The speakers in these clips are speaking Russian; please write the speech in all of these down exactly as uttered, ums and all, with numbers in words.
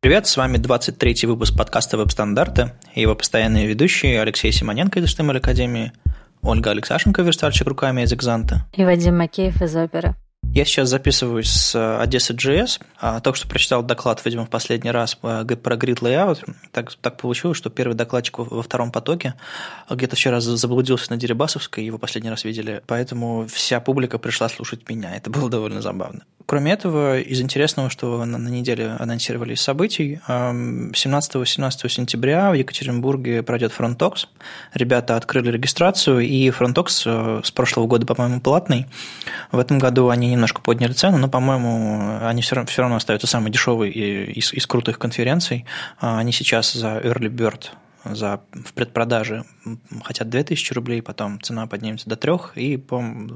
Привет, с вами двадцать третий выпуск подкаста «Веб-стандарты» и его постоянные ведущие Алексей Симоненко из эйч ти эм эль Академии, Ольга Алексашенко, верстальщик руками из Экзанта, и Вадим Макеев из Оперы. Я сейчас записываюсь с Odessa джей эс, только что прочитал доклад, видимо, в последний раз про Grid Layout. Так, так получилось, что первый докладчик во втором потоке где-то вчера заблудился на Дерибасовской, его последний раз видели, поэтому вся публика пришла слушать меня. Это было довольно забавно. Кроме этого, из интересного, что на, на неделе анонсировали из событий, семнадцатого-семнадцатого сентября в Екатеринбурге пройдет Frontox. Ребята открыли регистрацию, и Frontox с прошлого года, по-моему, платный. В этом году они немножко подняли цену, но, по-моему, они все равно, все равно остаются самые дешевые из, из крутых конференций. Они сейчас за Early Bird, за, в предпродаже хотят две тысячи рублей, потом цена поднимется до трех, и по,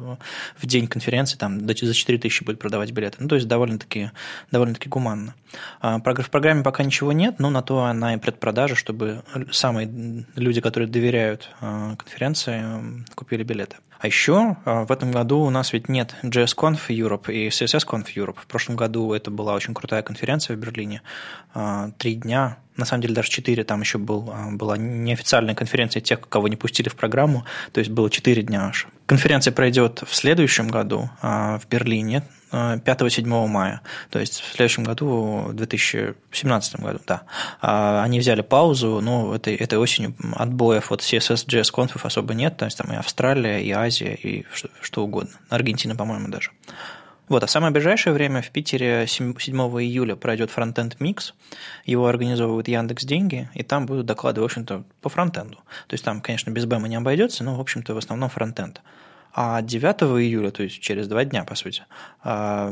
в день конференции там, за четыре тысячи будет продавать билеты. Ну, то есть довольно-таки, довольно-таки гуманно. В программе пока ничего нет, но на то она и предпродажа, чтобы самые люди, которые доверяют конференции, купили билеты. А еще в этом году у нас ведь нет джей эс конф Europe и си эс эс конф Europe. В прошлом году это была очень крутая конференция в Берлине. Три дня, на самом деле даже четыре, там еще был, была неофициальная конференция тех, кого не пустили в программу, то есть было четыре дня аж. Конференция пройдет в следующем году в Берлине, пятого-седьмого мая, то есть в следующем году, в две тысячи семнадцатом году, да. Они взяли паузу, но этой, этой осенью отбоев от си эс эс джей эс конфов особо нет, то есть там и Австралия, и Азия, и что, что угодно. Аргентина, по-моему, даже. Вот, а в самое ближайшее время в Питере седьмого июля пройдет фронтенд микс, его организовывают Яндекс.Деньги, и там будут доклады, в общем-то, по фронтенду. То есть там, конечно, без бэма не обойдется, но, в общем-то, в основном фронтенд. А девятого июля, то есть через два дня, по сути, в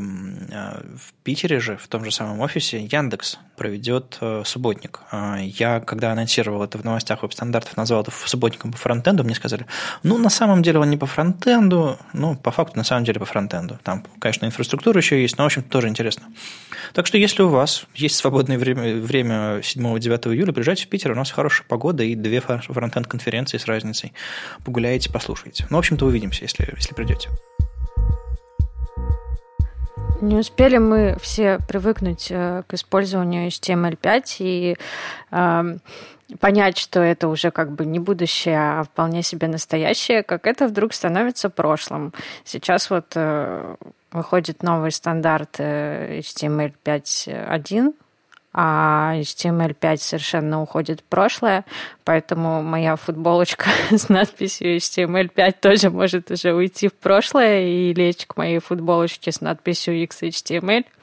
Питере же, в том же самом офисе, Яндекс проведет субботник. Я, когда анонсировал это в новостях веб-стандартов, назвал это субботником по фронтенду, мне сказали, ну, на самом деле он не по фронтенду, ну, по факту, на самом деле по фронтенду. Там, конечно, инфраструктура еще есть, но, в общем-то, тоже интересно. Так что, если у вас есть свободное время, время седьмого-девятого июля, приезжайте в Питер, у нас хорошая погода и две фронтенд-конференции с разницей. Погуляете, послушайте. Ну, в общем-то, увидимся, если Если, если придете. Не успели мы все привыкнуть к использованию эйч ти эм эль пять и э, понять, что это уже как бы не будущее, а вполне себе настоящее, как это вдруг становится прошлым. Сейчас вот э, выходит новый стандарт эйч ти эм эль пять точка один, а эйч ти эм эль пять совершенно уходит в прошлое, поэтому моя футболочка с надписью эйч ти эм эль пять тоже может уже уйти в прошлое и лечь к моей футболочке с надписью икс эйч ти эм эль.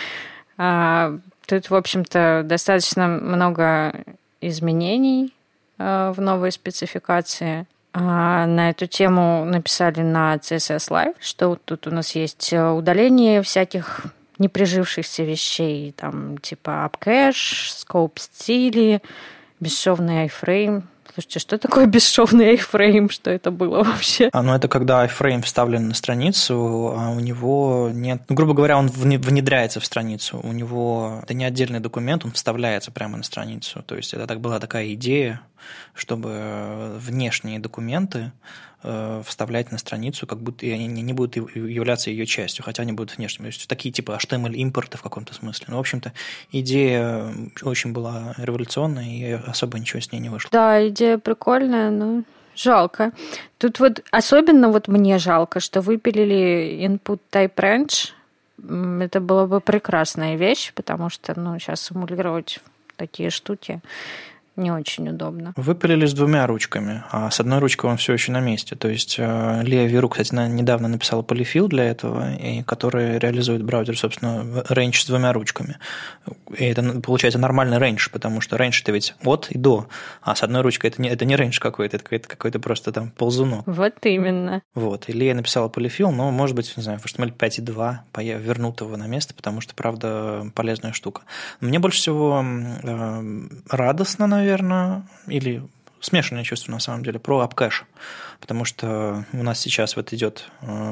А, тут, в общем-то, достаточно много изменений а, в новой спецификации. А, на эту тему написали на си эс эс Live, что тут у нас есть удаление всяких неприжившихся вещей, там, типа AppCache, Scope стили, бесшовный iframe. Слушайте, что такое бесшовный iframe? Что это было вообще? А, ну, это когда iframe вставлен на страницу, а у него нет... Ну, грубо говоря, он внедряется в страницу. У него... Это не отдельный документ, он вставляется прямо на страницу. То есть это так была такая идея, чтобы внешние документы вставлять на страницу, как будто они не будут являться ее частью, хотя они будут внешними. То есть такие типа эйч ти эм эль-импорты в каком-то смысле. Но, в общем-то, идея очень была революционная, и особо ничего с ней не вышло. Да, идея прикольная, но жалко. Тут вот особенно вот мне жалко, что выпилили input type range. Это была бы прекрасная вещь, потому что, ну, сейчас симулировать такие штуки не очень удобно. Выпилили с двумя ручками, а с одной ручкой он все еще на месте. То есть Лея Виру, кстати, недавно написала полифил для этого, и который реализует браузер, собственно, рейндж с двумя ручками. И это получается нормальный рейндж, потому что рейндж это ведь от и до, а с одной ручкой это не, это не рейндж какой-то, это какой-то, какой-то просто там ползунок. Вот именно. Вот, и Лея написала полифил, но, может быть, не знаю, в эйч ти эм эль пять точка два вернут его на место, потому что, правда, полезная штука. Мне больше всего радостно, наверное, наверное, или смешанное чувство на самом деле про AppCache, потому что у нас сейчас вот идет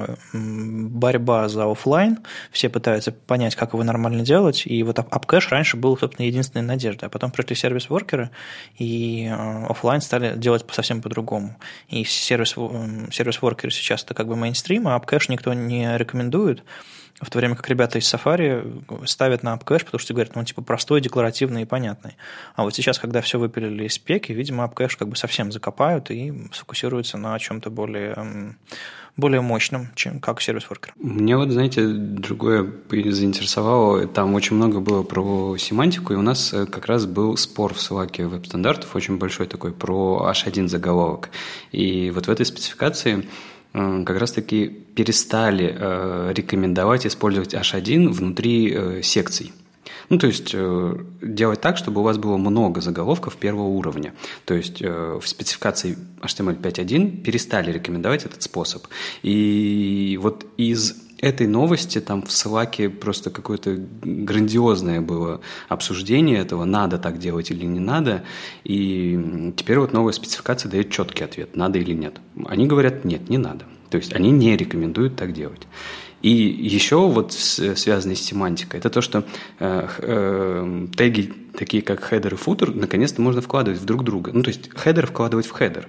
борьба за офлайн, все пытаются понять, как его нормально делать, и вот AppCache раньше был, собственно, единственной надеждой, а потом пришли сервис-воркеры, и офлайн стали делать совсем по-другому. И сервис, сервис-воркеры сейчас это как бы мейнстрим, а AppCache никто не рекомендует, В то время как ребята из Safari ставят на AppCache, потому что говорят, ну, типа, простой, декларативный и понятный. А вот сейчас, когда все выпилили из спеки, видимо, AppCache как бы совсем закопают и сфокусируются на чем-то более, более мощном, чем как сервис-воркер. Мне вот, знаете, другое заинтересовало. Там очень много было про семантику, и у нас как раз был спор в Slack веб-стандартов, очень большой такой, про эйч один заголовок. И вот в этой спецификации как раз-таки перестали э, рекомендовать использовать эйч один внутри э, секций. Ну, то есть, э, делать так, чтобы у вас было много заголовков первого уровня. То есть, э, в спецификации эйч ти эм эль пять точка один перестали рекомендовать этот способ. И вот из этой новости там в Slack просто какое-то грандиозное было обсуждение этого, надо так делать или не надо. И теперь вот новая спецификация дает четкий ответ, надо или нет. Они говорят, нет, не надо. То есть они не рекомендуют так делать. И еще вот связанные с семантикой, это то, что э, э, теги, такие как header и footer, наконец-то можно вкладывать в друг друга. Ну, то есть header вкладывать в header.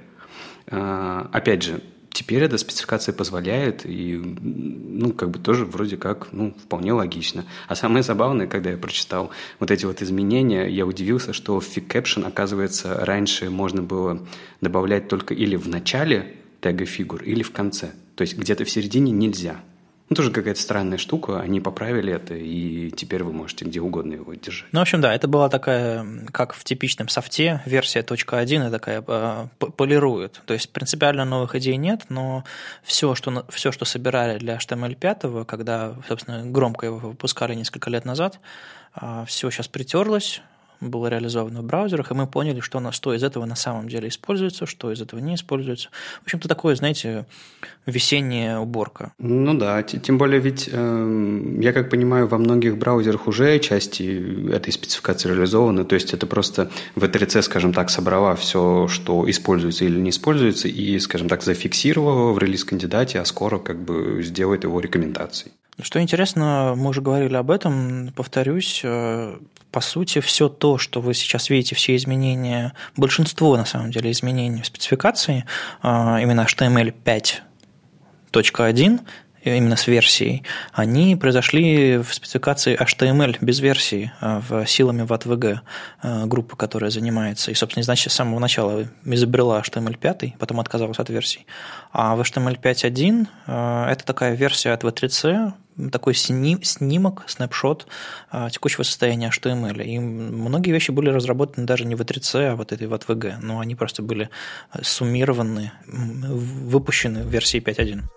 Э, опять же, теперь эта спецификация позволяет, и, ну, как бы тоже вроде как, ну, вполне логично. А самое забавное, когда я прочитал вот эти вот изменения, я удивился, что в fig caption, оказывается, раньше можно было добавлять только или в начале тега figure, или в конце. То есть где-то в середине нельзя. Ну, тоже какая-то странная штука, они поправили это, и теперь вы можете где угодно его держать. Ну, в общем, да, это была такая, как в типичном софте, версия точка один, такая полирует. То есть принципиально новых идей нет, но все, что, все, что собирали для эйч ти эм эль пять, когда, собственно, громко его выпускали несколько лет назад, все сейчас притерлось, было реализовано в браузерах, и мы поняли, что, на, что из этого на самом деле используется, что из этого не используется. В общем-то, такое, знаете, весенняя уборка. Ну да, тем более ведь, э, я как понимаю, во многих браузерах уже части этой спецификации реализованы, то есть это просто ви три си, скажем так, собрала все, что используется или не используется, и, скажем так, зафиксировала в релиз-кандидате, а скоро как бы сделает его рекомендацией. Что интересно, мы уже говорили об этом, повторюсь, по сути, все то, что вы сейчас видите, все изменения, большинство, на самом деле, изменений в спецификации, именно эйч ти эм эль пять точка один, именно с версией, они произошли в спецификации эйч ти эм эль без версии, в силами ват ви джи группы, которая занимается, и, собственно, значит, с самого начала изобрела эйч ти эм эль пять, потом отказалась от версий. А в эйч ти эм эль пять точка один это такая версия от ви три си, такой снимок, снапшот текущего состояния эйч ти эм эль. И многие вещи были разработаны даже не в ви три си, а вот этой ват ви джи, но они просто были суммированы, выпущены в версии пять точка один.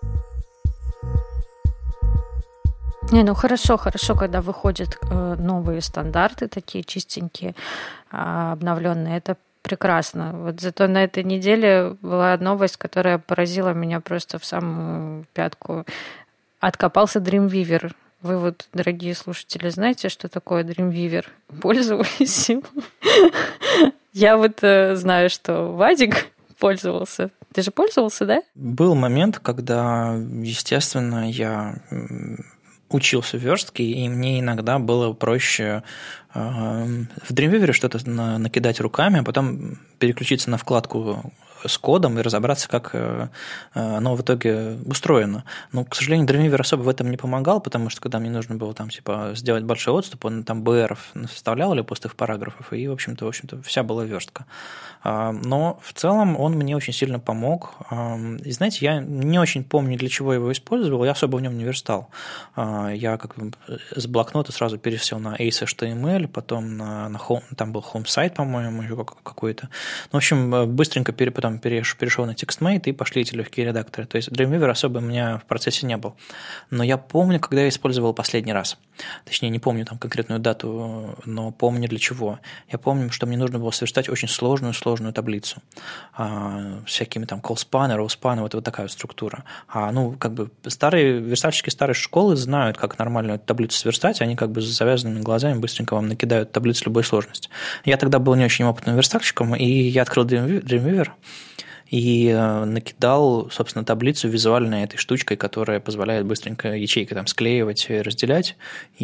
Не, ну хорошо, хорошо, когда выходят новые стандарты, такие чистенькие, обновленные, это прекрасно. Вот зато на этой неделе была новость, которая поразила меня просто в самую пятку. Откопался Dreamweaver. Вы вот, дорогие слушатели, знаете, что такое Dreamweaver? Пользовались им? Я вот знаю, что Вадик пользовался. Ты же пользовался, да? Был момент, когда, естественно, я учился в верстке, и мне иногда было проще в Dreamweaver что-то накидать руками, а потом переключиться на вкладку с кодом и разобраться, как оно в итоге устроено. Но, к сожалению, Dreamweaver особо в этом не помогал, потому что когда мне нужно было там, типа, сделать большой отступ, он там би эр вставлял или пустых параграфов, и, в общем-то, в общем-то, вся была верстка. Но в целом он мне очень сильно помог. И, знаете, я не очень помню, для чего его использовал, я особо в нем не верстал. Я как бы с блокнота сразу пересел на Ace эйч ти эм эль, потом на, на home, там был home сайт, по-моему, еще какой-то. Ну, в общем, быстренько пере, потом перешел на TextMate и пошли эти легкие редакторы. То есть Dreamweaver особо у меня в процессе не был. Но я помню, когда я использовал последний раз. Точнее, не помню там конкретную дату, но помню для чего. Я помню, что мне нужно было сверстать очень сложную, сложную таблицу. А, с всякими там callspan, rowspan, вот, вот такая структура. А, ну, как бы старые верстальщики старой школы знают, как нормально эту таблицу сверстать, они как бы с завязанными глазами быстренько вам накидают таблицу любой сложности. Я тогда был не очень опытным верстальщиком, и я открыл Dreamweaver, и накидал, собственно, таблицу визуальной этой штучкой, которая позволяет быстренько ячейки там склеивать, разделять,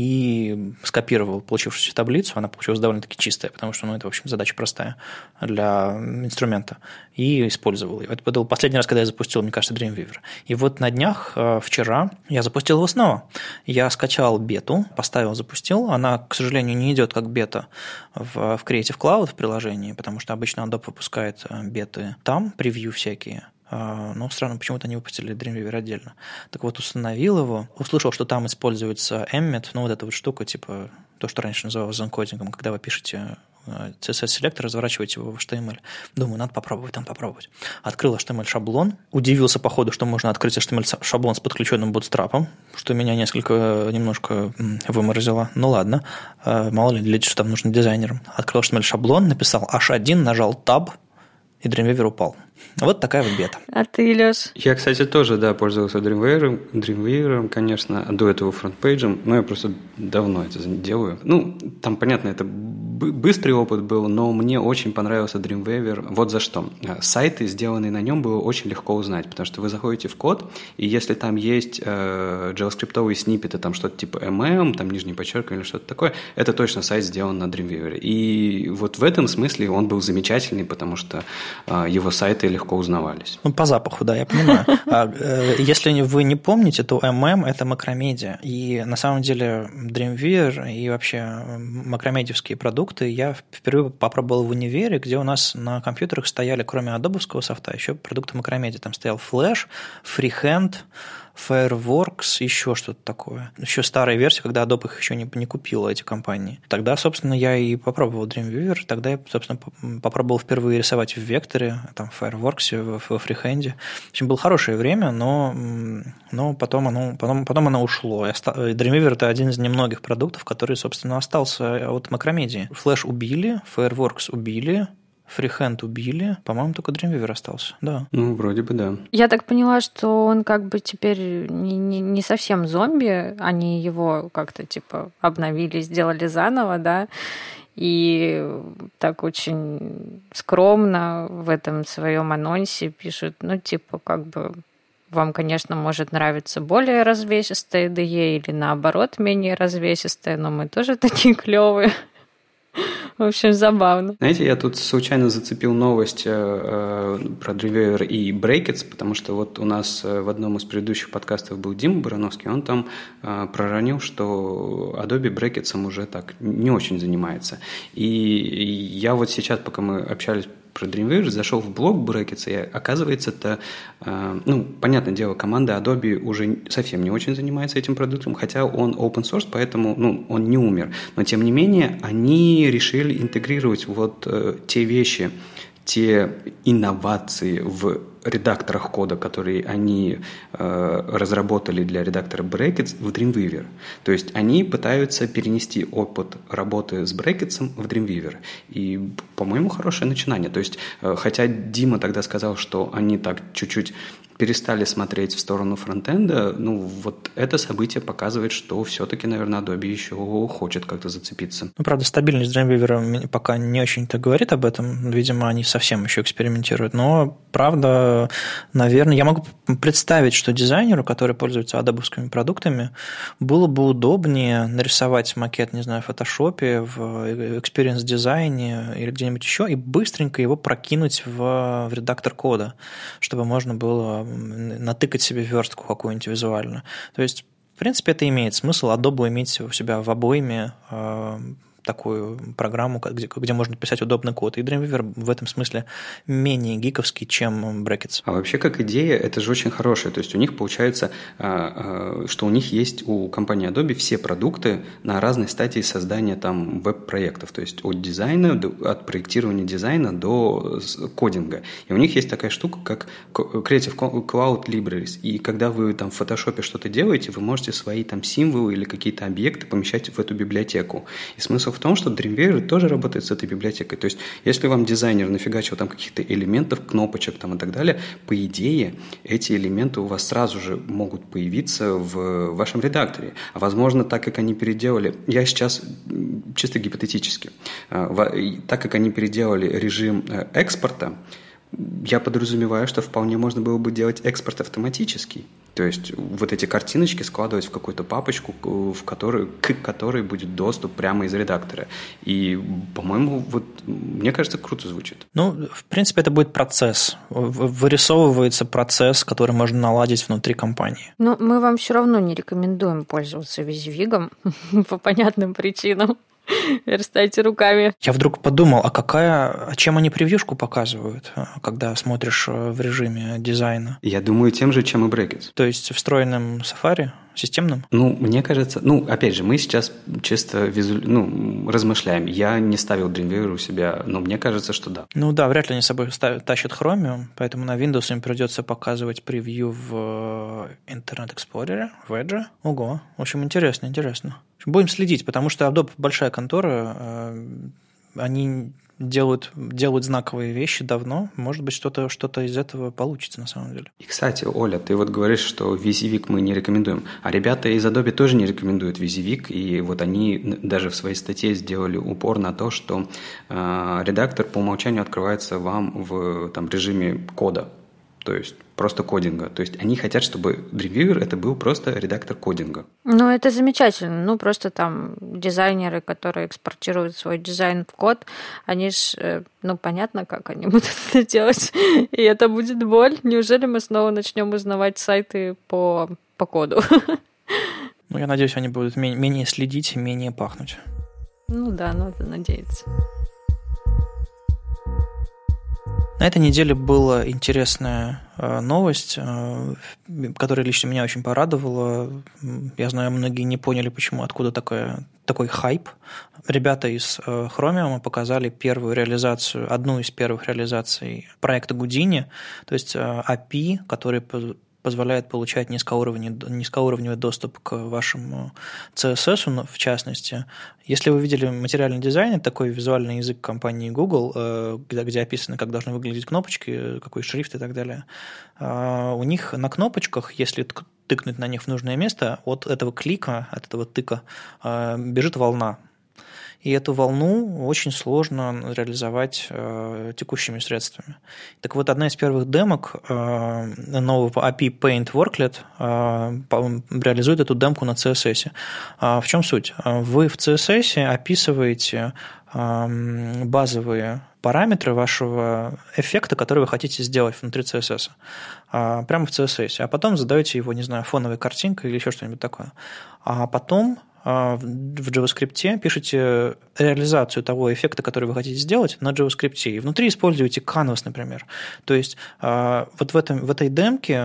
и скопировал получившуюся таблицу, она получилась довольно-таки чистая, потому что, ну, это, в общем, задача простая для инструмента, и использовал ее. Это был последний раз, когда я запустил, мне кажется, Dreamweaver. И вот на днях, вчера, я запустил его снова. Я скачал бету, поставил, запустил. Она, к сожалению, не идет как бета в, в Creative Cloud в приложении, потому что обычно Adobe выпускает беты там, превью всякие. Но странно, почему-то они выпустили Dreamweaver отдельно. Так вот, установил его, услышал, что там используется Emmet, ну, вот эта вот штука, типа то, что раньше называлось зонкодингом, когда вы пишете си эс эс-селектор, разворачиваете его в эйч ти эм эль. Думаю, надо попробовать, там попробовать. Открыл эйч ти эм эль-шаблон, удивился по ходу, что можно открыть эйч ти эм эль-шаблон с подключенным бутстрапом, что меня несколько, немножко выморозило. Ну ладно, мало ли, для что там нужно дизайнерам. Открыл эйч ти эм эль-шаблон, написал эйч один, нажал Tab, и Dreamweaver упал. Вот такая вот бета. А ты, Леш? Я, кстати, тоже, да, пользовался Dreamweaver, Dreamweaver, конечно, до этого фронтпейджем, но я просто давно это делаю. Ну, там, понятно, это быстрый опыт был, но мне очень понравился Dreamweaver. Вот за что. Сайты, сделанные на нем, было очень легко узнать, потому что вы заходите в код, и если там есть э, джаваскриптовые сниппеты, там что-то типа эм эм, там нижнее подчеркивание или что-то такое, это точно сайт сделан на Dreamweaver. И вот в этом смысле он был замечательный, потому что э, его сайты легко узнавались. Ну, по запаху, да, я понимаю. Если вы не помните, то эм эм – это макромедиа. И на самом деле Dreamweaver и вообще макромедиевские продукты я впервые попробовал в универе, где у нас на компьютерах стояли, кроме адобовского софта, еще продукты макромедиа. Там стоял Flash, Freehand, Fireworks, еще что-то такое. Еще старая версия, когда Adobe их еще не, не купила, эти компании. Тогда, собственно, я и попробовал Dreamweaver. Тогда я, собственно, попробовал впервые рисовать в векторе, там, в Fireworks, в Freehand. В общем, было хорошее время, но, но потом, оно, потом, потом оно ушло. Dreamweaver – это один из немногих продуктов, который, собственно, остался от макромедии. Flash убили, Fireworks убили, Freehand убили, по-моему, только Dreamweaver остался, да. Ну, вроде бы, да. Я так поняла, что он как бы теперь не, не, не совсем зомби, они его как-то типа обновили, сделали заново, да, и так очень скромно в этом своем анонсе пишут, ну, типа, как бы вам, конечно, может нравиться более развесистая ай ди и или наоборот менее развесистая, но мы тоже такие клевые. В общем, забавно. Знаете, я тут случайно зацепил новость э, про Dreamweaver и Breakits, потому что вот у нас в одном из предыдущих подкастов был Дима Барановский, он там э, проронил, что Adobe Breakits'ом уже так не очень занимается. И я вот сейчас, пока мы общались про Dreamweaver, зашел в блог Breakits, и оказывается, это, э, ну, понятное дело, команда Adobe уже совсем не очень занимается этим продуктом, хотя он open source, поэтому, ну, он не умер. Но, тем не менее, они решили интегрировать вот э, те вещи, те инновации в редакторах кода, которые они э, разработали для редактора Breakits в Dreamweaver. То есть они пытаются перенести опыт работы с Breakits в Dreamweaver. И, по-моему, хорошее начинание. То есть, э, хотя Дима тогда сказал, что они так чуть-чуть перестали смотреть в сторону фронтенда, ну, вот это событие показывает, что все-таки, наверное, Adobe еще хочет как-то зацепиться. Ну, правда, стабильность Dreamweaver пока не очень-то говорит об этом. Видимо, они совсем еще экспериментируют. Но, правда, наверное, я могу представить, что дизайнеру, который пользуется адобовскими продуктами, было бы удобнее нарисовать макет, не знаю, в фотошопе, в Experience дизайне или где-нибудь еще, и быстренько его прокинуть в, в редактор кода, чтобы можно было натыкать себе верстку какую-нибудь визуальную. То есть, в принципе, это имеет смысл. Adobe иметь у себя в обойме э, такую программу, где, где можно писать удобный код. И Dreamweaver в этом смысле менее гиковский, чем Breakits. А вообще, как идея, это же очень хорошая. То есть у них получается, что у них есть у компании Adobe все продукты на разной стадии создания там веб-проектов. То есть от дизайна, от проектирования дизайна до кодинга. И у них есть такая штука, как Creative Cloud Libraries. И когда вы там в фотошопе что-то делаете, вы можете свои там символы или какие-то объекты помещать в эту библиотеку. И смысл в том, что Dreamweaver тоже работает с этой библиотекой. То есть, если вам дизайнер нафигачил там каких-то элементов, кнопочек там и так далее, по идее, эти элементы у вас сразу же могут появиться в вашем редакторе. А возможно, так как они переделали, я сейчас чисто гипотетически, так как они переделали режим экспорта, я подразумеваю, что вполне можно было бы делать экспорт автоматический. То есть вот эти картиночки складывать в какую-то папочку, в которой, к которой будет доступ прямо из редактора. И, по-моему, вот мне кажется, круто звучит. Ну, в принципе, это будет процесс. Вырисовывается процесс, который можно наладить внутри компании. Ну, мы вам все равно не рекомендуем пользоваться Визивигом по понятным причинам. Верстайте руками. Я вдруг подумал, а какая, а чем они превьюшку показывают, когда смотришь в режиме дизайна? Я думаю, тем же, чем и Brackets. То есть встроенным Safari, системным? Ну, мне кажется, ну, опять же, мы сейчас чисто визу... ну, размышляем. Я не ставил Dreamweaver у себя, но мне кажется, что да. Ну да, вряд ли они с собой тащат Chromium, поэтому на Windows им придется показывать превью в Internet Explorer, в Edge. Ого, в общем, интересно, интересно. Будем следить, потому что Adobe большая контора, они делают, делают знаковые вещи давно, может быть, что-то, что-то из этого получится на самом деле. И, кстати, Оля, ты вот говоришь, что Визивик мы не рекомендуем, а ребята из Adobe тоже не рекомендуют Визивик, и вот они даже в своей статье сделали упор на то, что э, редактор по умолчанию открывается вам в там, режиме кода, то есть просто кодинга. То есть они хотят, чтобы Dreamweaver это был просто редактор кодинга. Ну, это замечательно. Ну, просто там дизайнеры, которые экспортируют свой дизайн в код, они ж, ну, понятно, как они будут это делать. И это будет боль. Неужели мы снова начнем узнавать сайты по, по коду? Ну, я надеюсь, они будут менее следить, менее пахнуть. Ну да, надо надеяться. На этой неделе была интересная новость, которая лично меня очень порадовала. Я знаю, многие не поняли, почему, откуда такое, такой хайп. Ребята из Chromium показали первую реализацию, одну из первых реализаций проекта Houdini, то есть эй пи ай, который позволяет получать низкоуровневый, низкоуровневый доступ к вашему си эс эс, в частности. Если вы видели материальный дизайн, это такой визуальный язык компании Google, где, где описано, как должны выглядеть кнопочки, какой шрифт и так далее. У них на кнопочках, если тыкнуть на них в нужное место, от этого клика, от этого тыка бежит волна. И эту волну очень сложно реализовать э, текущими средствами. Так вот, одна из первых демок э, нового эй пи ай Paint Worklet э, реализует эту демку на си эс эс. Э, в чем суть? Вы в си эс эс описываете э, базовые параметры вашего эффекта, который вы хотите сделать внутри си эс эс. Э, прямо в си эс эс. А потом задаете его, не знаю, фоновой картинкой или еще что-нибудь такое. А потом в JavaScript пишете реализацию того эффекта, который вы хотите сделать на JavaScript, и внутри используете Canvas, например. То есть вот в, этом, в этой демке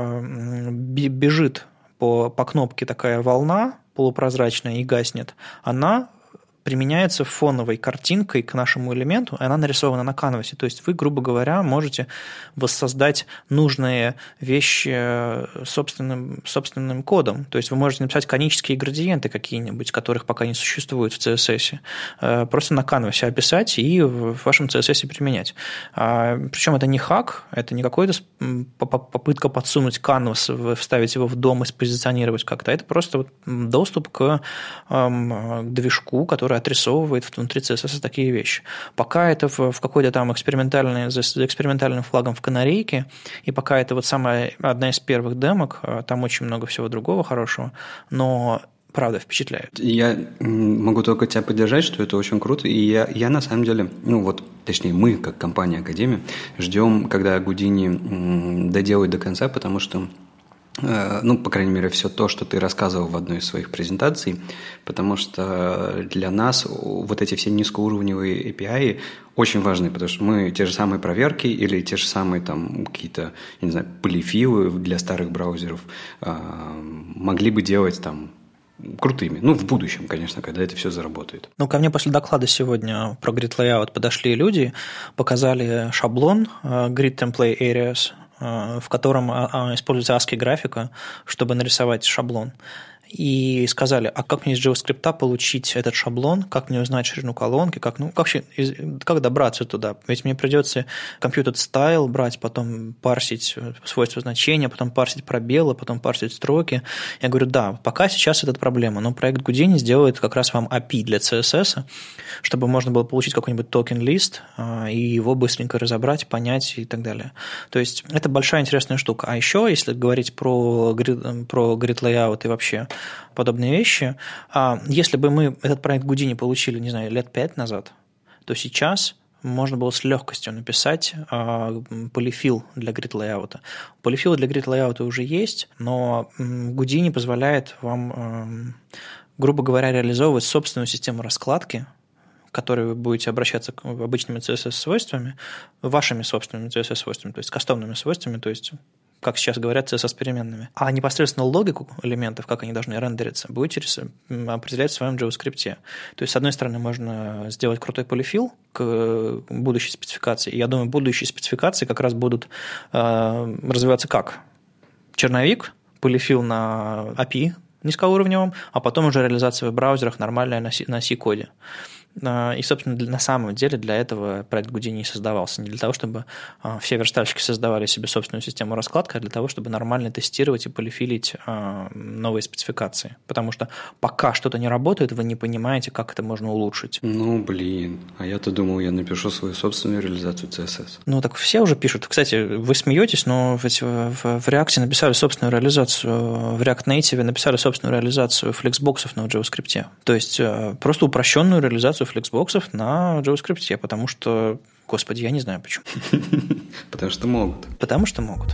бежит по, по кнопке такая волна полупрозрачная и гаснет. Она применяется фоновой картинкой к нашему элементу, и она нарисована на канвасе. То есть вы, грубо говоря, можете воссоздать нужные вещи собственным, собственным кодом. То есть вы можете написать конические градиенты какие-нибудь, которых пока не существует в си эс эс. Просто на канвасе описать и в вашем си эс эс применять. Причем это не хак, это не какая-то попытка подсунуть канвас, вставить его в дом и спозиционировать как-то. Это просто доступ к движку, который отрисовывает внутри си эс эс такие вещи. Пока это в, в какой-то там экспериментальной, за экспериментальным флагом в канарейке, и пока это вот самая одна из первых демок, там очень много всего другого хорошего, но правда впечатляет. Я могу только тебя поддержать, что это очень круто, и я, я на самом деле, ну вот, точнее, мы, как компания Академия, ждем, когда Houdini доделают до конца, потому что ну, по крайней мере, все то, что ты рассказывал в одной из своих презентаций, потому что для нас вот эти все низкоуровневые эй пи ай очень важны, потому что мы те же самые проверки или те же самые там какие-то, я не знаю, полифилы для старых браузеров могли бы делать там крутыми. Ну, в будущем, конечно, когда это все заработает. Ну, ко мне после доклада сегодня про Grid Layout подошли люди, показали шаблон Grid Template Areas, в котором используется эй эс ки-графика, чтобы нарисовать шаблон. и сказали, а как мне из JavaScript получить этот шаблон, как мне узнать ширину колонки, как, ну, как, как добраться туда? Ведь мне придется computed style брать, потом парсить свойства значения, потом парсить пробелы, потом парсить строки. Я говорю, да, пока сейчас это проблема, но проект Houdini сделает как раз вам эй пи ай для си эс эс, чтобы можно было получить какой-нибудь токен-лист и его быстренько разобрать, понять и так далее. То есть это большая интересная штука. А еще, если говорить про grid, про grid layout и вообще подобные вещи, если бы мы этот проект Houdini получили, не знаю, лет пять назад, то сейчас можно было с легкостью написать полифил для grid layout. Полифил для grid layout уже есть, но Houdini позволяет вам, грубо говоря, реализовывать собственную систему раскладки, к которой вы будете обращаться к обычными си эс эс-свойствами, вашими собственными си эс эс-свойствами, то есть кастомными свойствами, то есть, как сейчас говорят, си эс эс-переменными. А непосредственно логику элементов, как они должны рендериться, будете определять в своем JavaScript. То есть, с одной стороны, можно сделать крутой полифил к будущей спецификации. И я думаю, будущие спецификации как раз будут э, развиваться как? Черновик, полифил на эй пи ай низкоуровневом, а потом уже реализация в браузерах нормальная на C-коде. И, собственно, на самом деле для этого проект Houdini создавался. Не для того, чтобы все верстальщики создавали себе собственную систему раскладки, а для того, чтобы нормально тестировать и полифилить новые спецификации. Потому что пока что-то не работает, вы не понимаете, как это можно улучшить. Ну, блин, а я-то думал, я напишу свою собственную реализацию си эс эс. Ну, так все уже пишут. Кстати, вы смеетесь, но в, в, в React написали собственную реализацию, в React Native написали собственную реализацию флексбоксов на JavaScript. То есть просто упрощенную реализацию флексбоксов на JavaScript, потому что, господи, я не знаю почему. Потому что могут. Потому что могут.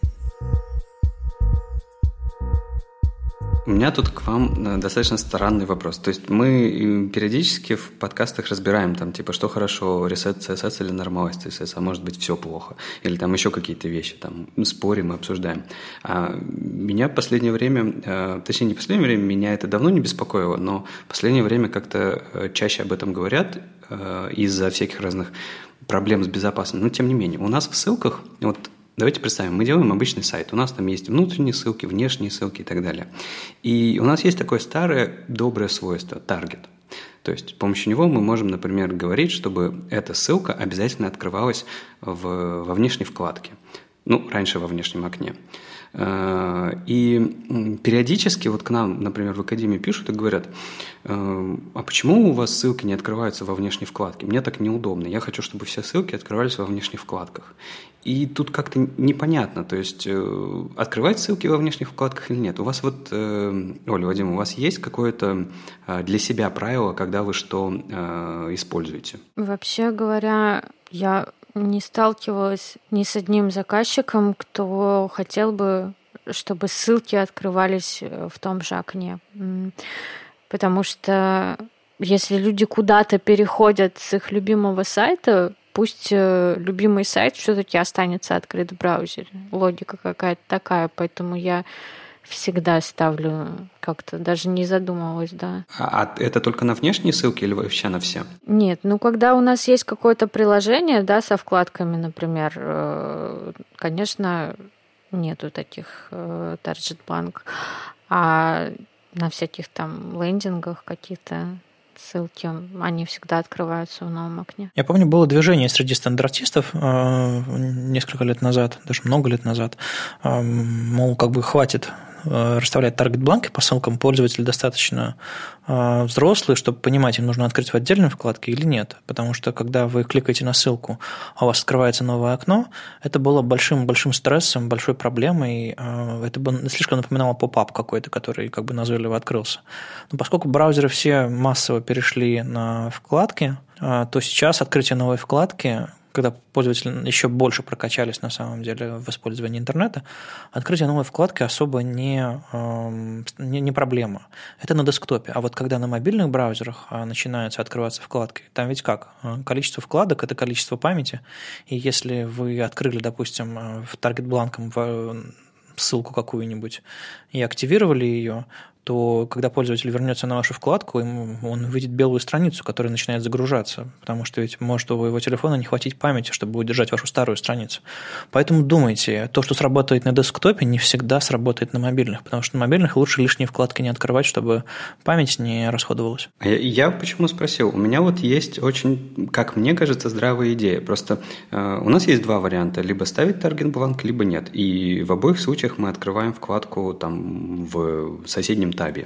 У меня тут к вам достаточно странный вопрос. То есть мы периодически в подкастах разбираем, там, типа, что хорошо, reset си эс эс или normalized си эс эс, а может быть, все плохо. Или там еще какие-то вещи, там, спорим и обсуждаем. А меня в последнее время, точнее, не в последнее время, меня это давно не беспокоило, но в последнее время как-то чаще об этом говорят из-за всяких разных проблем с безопасностью. Но, тем не менее, у нас в ссылках, вот, давайте представим, мы делаем обычный сайт, у нас там есть внутренние ссылки, внешние ссылки и так далее. И у нас есть такое старое доброе свойство – таргет. То есть с помощью него мы можем, например, говорить, чтобы эта ссылка обязательно открывалась в, во внешней вкладке. Ну, раньше во внешнем окне. И периодически вот к нам, например, в Академии пишут и говорят, а почему у вас ссылки не открываются во внешней вкладке? Мне так неудобно. Я хочу, чтобы все ссылки открывались во внешних вкладках. И тут как-то непонятно, то есть открывать ссылки во внешних вкладках или нет. У вас вот, Оля, Вадим, у вас есть какое-то для себя правило, когда вы что используете? Вообще говоря, я не сталкивалась ни с одним заказчиком, кто хотел бы, чтобы ссылки открывались в том же окне. Потому что если люди куда-то переходят с их любимого сайта, пусть любимый сайт все-таки останется открыт в браузере. Логика какая-то такая, поэтому я всегда ставлю как-то, даже не задумывалась, да. А это только на внешние ссылки или вообще на все? Нет, ну когда у нас есть какое-то приложение, да, со вкладками, например, конечно, нету таких target bank, а на всяких там лендингах какие-то ссылки, они всегда открываются в новом окне. Я помню, было движение среди стандартистов э, несколько лет назад, даже много лет назад, э, мол, как бы хватит расставлять таргет-бланки по ссылкам, пользователи достаточно э, взрослые, чтобы понимать, им нужно открыть в отдельной вкладке или нет. Потому что, когда вы кликаете на ссылку, а у вас открывается новое окно, это было большим-большим стрессом, большой проблемой. Э, это бы слишком напоминало поп-ап какой-то, который как бы назойливо открылся. Но поскольку браузеры все массово перешли на вкладки, э, то сейчас открытие новой вкладки, когда пользователи еще больше прокачались на самом деле в использовании интернета, открытие новой вкладки особо не, не, не проблема. Это на десктопе. А вот когда на мобильных браузерах начинаются открываться вкладки, там ведь как? Количество вкладок – это количество памяти. И если вы открыли, допустим, в таргет-бланком ссылку какую-нибудь и активировали ее, то когда пользователь вернется на вашу вкладку, ему, он увидит белую страницу, которая начинает загружаться, потому что ведь может у его телефона не хватить памяти, чтобы удержать вашу старую страницу. Поэтому думайте, то, что сработает на десктопе, не всегда сработает на мобильных, потому что на мобильных лучше лишние вкладки не открывать, чтобы память не расходовалась. Я, я почему спросил? У меня вот есть очень, как мне кажется, здравая идея. Просто э, у нас есть два варианта. Либо ставить таргет-бланк, либо нет. И в обоих случаях мы открываем вкладку там, в соседнем табе.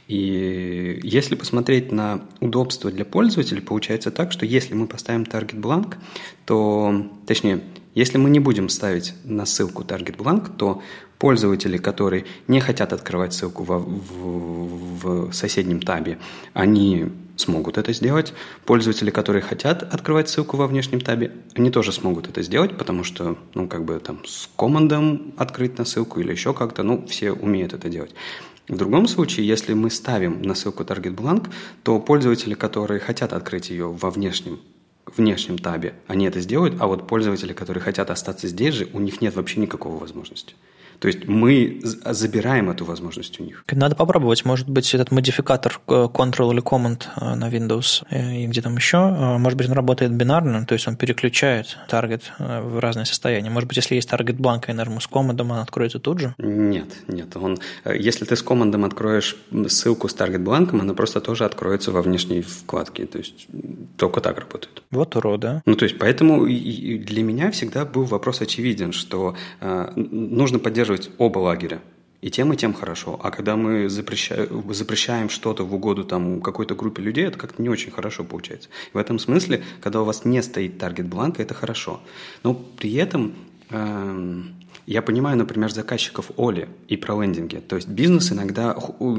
И если посмотреть на удобство для пользователя, получается так, что если мы поставим таргет-бланк, то, точнее, если мы не будем ставить на ссылку таргет-бланк, то пользователи, которые не хотят открывать ссылку в, в, в соседнем табе, они смогут это сделать. Пользователи, которые хотят открывать ссылку во внешнем табе, они тоже смогут это сделать, потому что, ну, как бы там с командом открыть на ссылку или еще как-то, ну, все умеют это делать. В другом случае, если мы ставим на ссылку таргет-бланк, то пользователи, которые хотят открыть ее во внешнем внешнем табе, они это сделают, а вот пользователи, которые хотят остаться здесь же, у них нет вообще никакой возможности. То есть мы забираем эту возможность у них. Надо попробовать. Может быть, этот модификатор Control или Command на Windows и где там еще, может быть, он работает бинарно, то есть он переключает таргет в разные состояния. Может быть, если есть таргет бланк, я нажму с командом, он откроется тут же? Нет, нет. Он, если ты с командом откроешь ссылку с таргет бланком, она просто тоже откроется во внешней вкладке. То есть только так работает. Вот урод, да? Ну, то есть поэтому для меня всегда был вопрос очевиден, что э, нужно поддерживать оба лагеря. И тем, и тем хорошо. А когда мы запрещаем, запрещаем что-то в угоду там, какой-то группе людей, это как-то не очень хорошо получается. В этом смысле, когда у вас не стоит таргет-бланка, это хорошо. Но при этом э, я понимаю, например, заказчиков Оли и про лендинги. То есть бизнес иногда,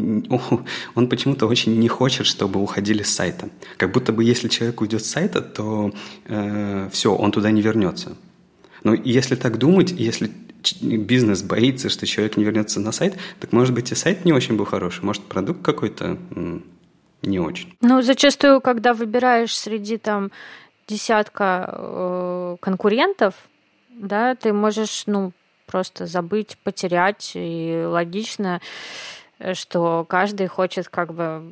он почему-то очень не хочет, чтобы уходили с сайта. Как будто бы если человек уйдет с сайта, то э, все, он туда не вернется. Но если так думать, если бизнес боится, что человек не вернется на сайт, так, может быть, и сайт не очень был хороший, может, продукт какой-то м- не очень. Ну, зачастую, когда выбираешь среди там десятка э, конкурентов, да, ты можешь, ну, просто забыть, потерять, и логично, что каждый хочет как бы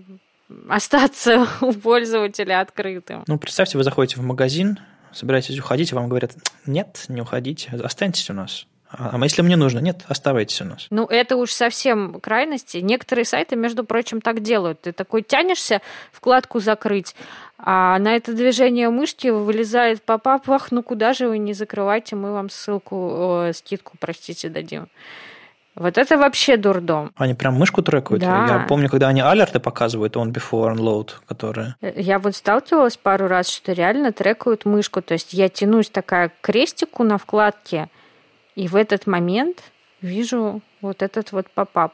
остаться у пользователя открытым. Ну, представьте, вы заходите в магазин, собираетесь уходить, и вам говорят: нет, не уходите, останьтесь у нас. А если мне нужно? Нет, оставайтесь у нас. Ну, это уж совсем крайности. Некоторые сайты, между прочим, так делают. Ты такой тянешься вкладку закрыть, а на это движение мышки вылезает поп-ап: ах, ну куда же вы не закрывайте, мы вам ссылку, о, скидку, простите, дадим. Вот это вообще дурдом. Они прям мышку трекают? Да. Я помню, когда они алерты показывают, on before unload, которые... Я вот сталкивалась пару раз, что реально трекают мышку. То есть я тянусь такая к крестику на вкладке, и в этот момент вижу вот этот вот поп-ап.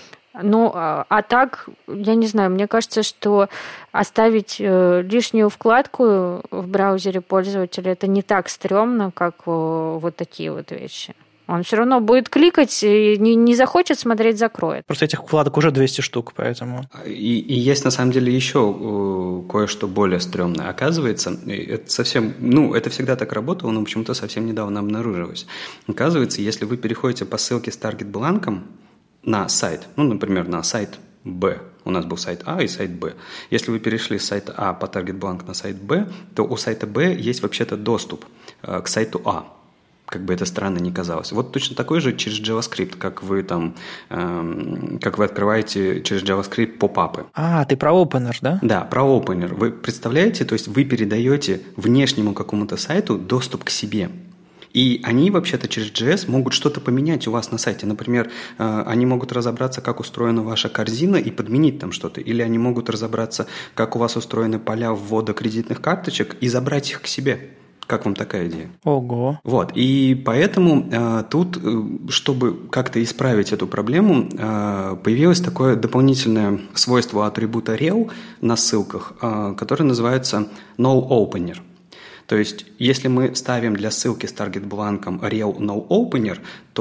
Ну, а, а так, я не знаю, мне кажется, что оставить э, лишнюю вкладку в браузере пользователя — это не так стрёмно, как о, вот такие вот вещи. Он все равно будет кликать, и не, не захочет смотреть, закроет. Просто этих вкладок уже двести штук, поэтому... И, и есть, на самом деле, еще э, кое-что более стрёмное. Оказывается, это совсем... Ну, это всегда так работало, но почему-то совсем недавно обнаружилось. Оказывается, если вы переходите по ссылке с таргет-бланком на сайт, ну, например, на сайт Б, у нас был сайт А и сайт Б. Если вы перешли с сайта А по таргет-бланк на сайт Б, то у сайта Б есть вообще-то доступ э, к сайту А. Как бы это странно ни казалось. Вот точно такой же через JavaScript, как вы там, эм, как вы открываете через JavaScript поп-апы. А, ты про Opener, да? Да, про Opener. Вы представляете, то есть вы передаете внешнему какому-то сайту доступ к себе. И они вообще-то через джей эс могут что-то поменять у вас на сайте. Например, э, они могут разобраться, как устроена ваша корзина и подменить там что-то. Или они могут разобраться, как у вас устроены поля ввода кредитных карточек и забрать их к себе. Как вам такая идея? Ого. Вот, и поэтому э, тут, чтобы как-то исправить эту проблему, э, появилось такое дополнительное свойство атрибута rel на ссылках, э, которое называется null-opener. То есть, если мы ставим для ссылки с таргет-бланком rel null-opener,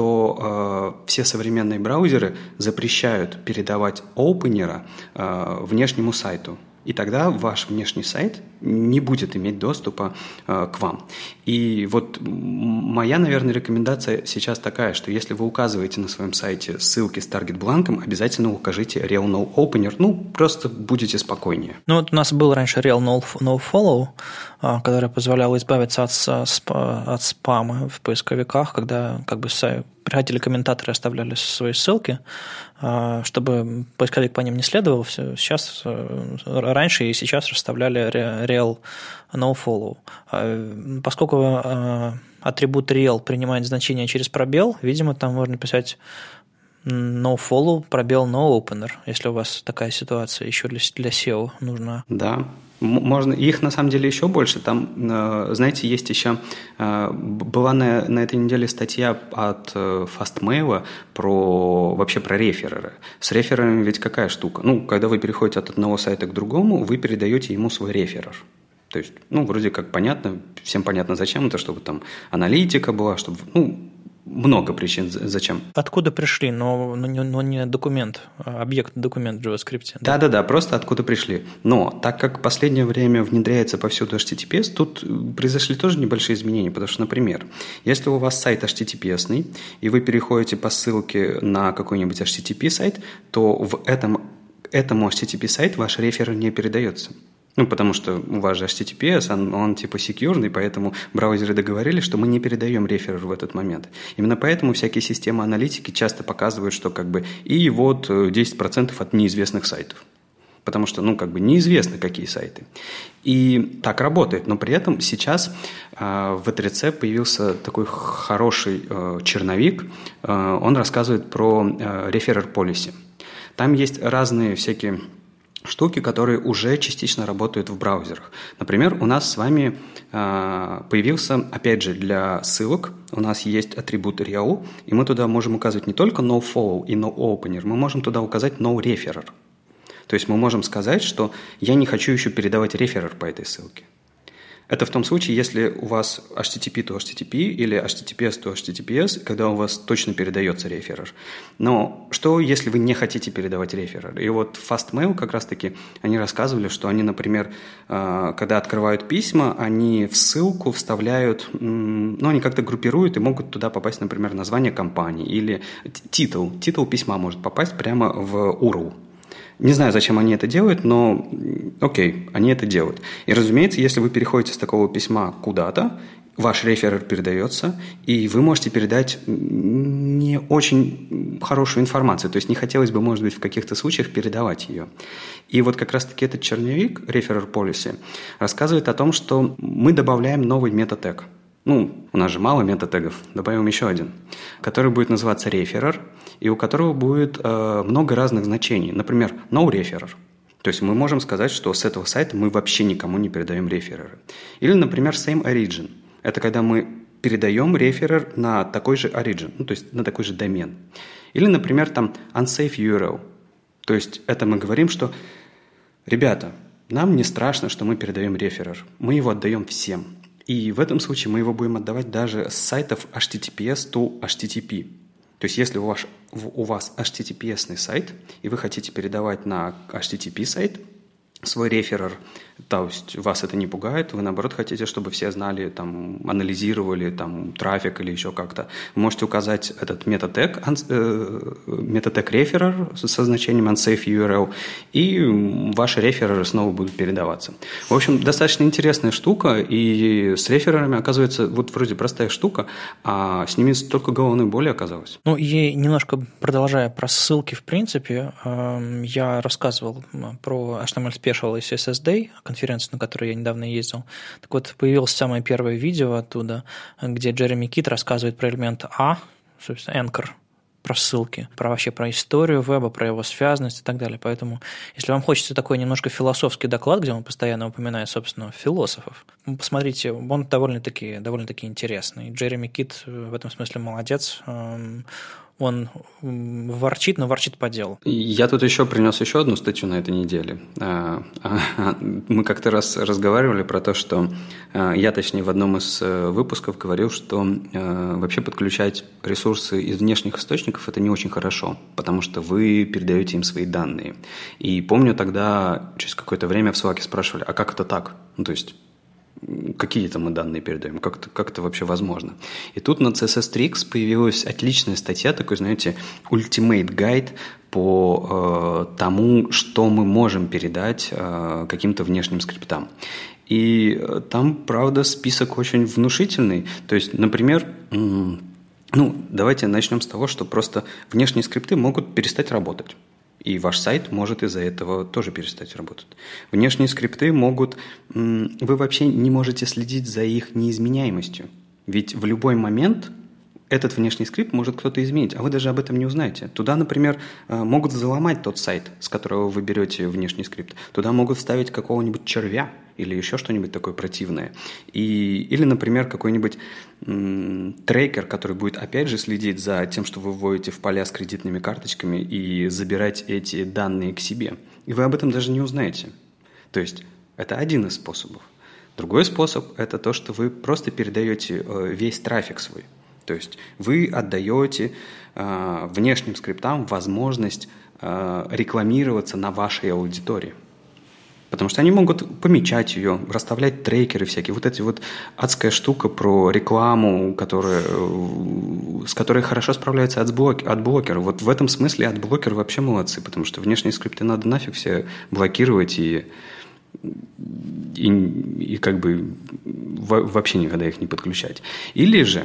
то э, все современные браузеры запрещают передавать опенера э, внешнему сайту. И тогда ваш внешний сайт не будет иметь доступа э, к вам. И вот моя, наверное, рекомендация сейчас такая, что если вы указываете на своем сайте ссылки с таргет-бланком, обязательно укажите Real No Opener, ну, просто будете спокойнее. Ну, вот у нас был раньше Real No, no Follow, который позволял избавиться от, от спама в поисковиках, когда как бы приходили комментаторы, оставляли свои ссылки, чтобы поисковик по ним не следовал. Сейчас, раньше и сейчас расставляли Real No Follow. Поскольку атрибут Real принимает значение через пробел, видимо, там можно писать No Follow, пробел No Opener, если у вас такая ситуация еще для, для сео нужна. Да, можно. Их на самом деле еще больше. Там, знаете, есть еще была на, на этой неделе статья от Fastmail про вообще про рефереры. С реферерами ведь какая штука? Ну, когда вы переходите от одного сайта к другому, вы передаете ему свой реферер. То есть, ну, вроде как понятно, всем понятно, зачем это, чтобы там аналитика была, чтобы, ну, много причин, зачем. Откуда пришли, но, но, не, но не документ, а объект-документ в JavaScript. Да-да-да, просто откуда пришли. Но так как в последнее время внедряется повсюду эйч ти ти пи эс, тут произошли тоже небольшие изменения, потому что, например, если у вас сайт эйч ти ти пи эс-ный, и вы переходите по ссылке на какой-нибудь эйч ти ти пи сайт, то в этом, этому эйч ти ти пи сайт ваш реферер не передается. Ну, потому что у вас же эйч ти ти пи эс, он, он типа секьюрный, поэтому браузеры договорились, что мы не передаем реферер в этот момент. Именно поэтому всякие системы аналитики часто показывают, что как бы и вот десять процентов от неизвестных сайтов. Потому что, ну, как бы неизвестно, какие сайты. И так работает. Но при этом сейчас э, в ви три си появился такой хороший э, черновик. Э, он рассказывает про э, referrer policy. Там есть разные всякие штуки, которые уже частично работают в браузерах. Например, у нас с вами э, появился, опять же, для ссылок, у нас есть атрибут Real, и мы туда можем указывать не только nofollow и noopener, мы можем туда указать noreferer. То есть мы можем сказать, что я не хочу еще передавать реферер по этой ссылке. Это в том случае, если у вас эйч ти ти пи то эйч ти ти пи или эйч ти ти пи эс то эйч ти ти пи эс, когда у вас точно передается реферер. Но что, если вы не хотите передавать реферер? И вот Fastmail как раз-таки, они рассказывали, что они, например, когда открывают письма, они в ссылку вставляют, ну, они как-то группируют и могут туда попасть, например, название компании или титул. Титул письма может попасть прямо в ю ар эл. Не знаю, зачем они это делают, но окей, они это делают. И, разумеется, если вы переходите с такого письма куда-то, ваш реферер передается, и вы можете передать не очень хорошую информацию. То есть не хотелось бы, может быть, в каких-то случаях передавать ее. И вот как раз-таки этот черновик, Referer Policy, рассказывает о том, что мы добавляем новый метатег. Ну, у нас же мало метатегов, добавим еще один, который будет называться referer, и у которого будет э, много разных значений. Например, noreferer. То есть мы можем сказать, что с этого сайта мы вообще никому не передаем рефереры. Или, например, same origin. Это когда мы передаем реферер на такой же origin, ну, то есть на такой же домен. Или, например, там unsafe ю ар эл. То есть это мы говорим, что, ребята, нам не страшно, что мы передаем реферер. Мы его отдаем всем. И в этом случае мы его будем отдавать даже с сайтов эйч ти ти пи эс to эйч ти ти пи. То есть, если у вас, у вас эйч ти ти пи эс-ный сайт, и вы хотите передавать на эйч ти ти пи сайт свой реферер, то есть вас это не пугает, вы, наоборот, хотите, чтобы все знали, там, анализировали там, трафик или еще как-то. Вы можете указать этот метатег, э, метатег referer со значением unsafe ю ар эл, и ваши рефереры снова будут передаваться. В общем, достаточно интересная штука, и с реферерами, оказывается, вот вроде простая штука, а с ними столько головной боли оказалось. Ну, и немножко продолжая про ссылки, в принципе, я рассказывал про эйч ти эм эл Special и си эс эс Day, конференцию, на которую я недавно ездил. Так вот, появилось самое первое видео оттуда, где Джереми Кит рассказывает про элемент А, собственно, Anchor, про ссылки, про вообще про историю веба, про его связанность и так далее. Поэтому, если вам хочется такой немножко философский доклад, где он постоянно упоминает, собственно, философов, посмотрите, он довольно-таки, довольно-таки интересный. Джереми Кит в этом смысле молодец. он ворчит, но ворчит по делу. Я тут еще принес еще одну статью на этой неделе. Мы как-то раз разговаривали про то, что я, точнее, в одном из выпусков говорил, что вообще подключать ресурсы из внешних источников – это не очень хорошо, потому что вы передаете им свои данные. И помню, тогда через какое-то время в Slack спрашивали, а как это так? Ну, то есть, какие-то мы данные передаем, как это, как это вообще возможно. И тут на си эс эс три икс появилась отличная статья, такой, знаете, ultimate guide по э, тому, что мы можем передать э, каким-то внешним скриптам. И там, правда, список очень внушительный. То есть, например, ну, давайте начнем с того, что просто внешние скрипты могут перестать работать. И ваш сайт может из-за этого тоже перестать работать. Внешние скрипты могут... Вы вообще не можете следить за их неизменяемостью. Ведь в любой момент этот внешний скрипт может кто-то изменить, а вы даже об этом не узнаете. Туда, например, могут взломать тот сайт, с которого вы берете внешний скрипт. Туда могут вставить какого-нибудь червя или еще что-нибудь такое противное. И, или, например, какой-нибудь м, трекер, который будет опять же следить за тем, что вы вводите в поля с кредитными карточками и забирать эти данные к себе. И вы об этом даже не узнаете. То есть это один из способов. Другой способ – это то, что вы просто передаете э, весь трафик свой. То есть вы отдаете э, внешним скриптам возможность э, рекламироваться на вашей аудитории. Потому что они могут помечать ее, расставлять трекеры всякие. Вот эти вот адская штука про рекламу, которая, с которой хорошо справляются адблокеры. Вот в этом смысле адблокеры вообще молодцы, потому что внешние скрипты надо нафиг все блокировать и, и, и как бы вообще никогда их не подключать. Или же,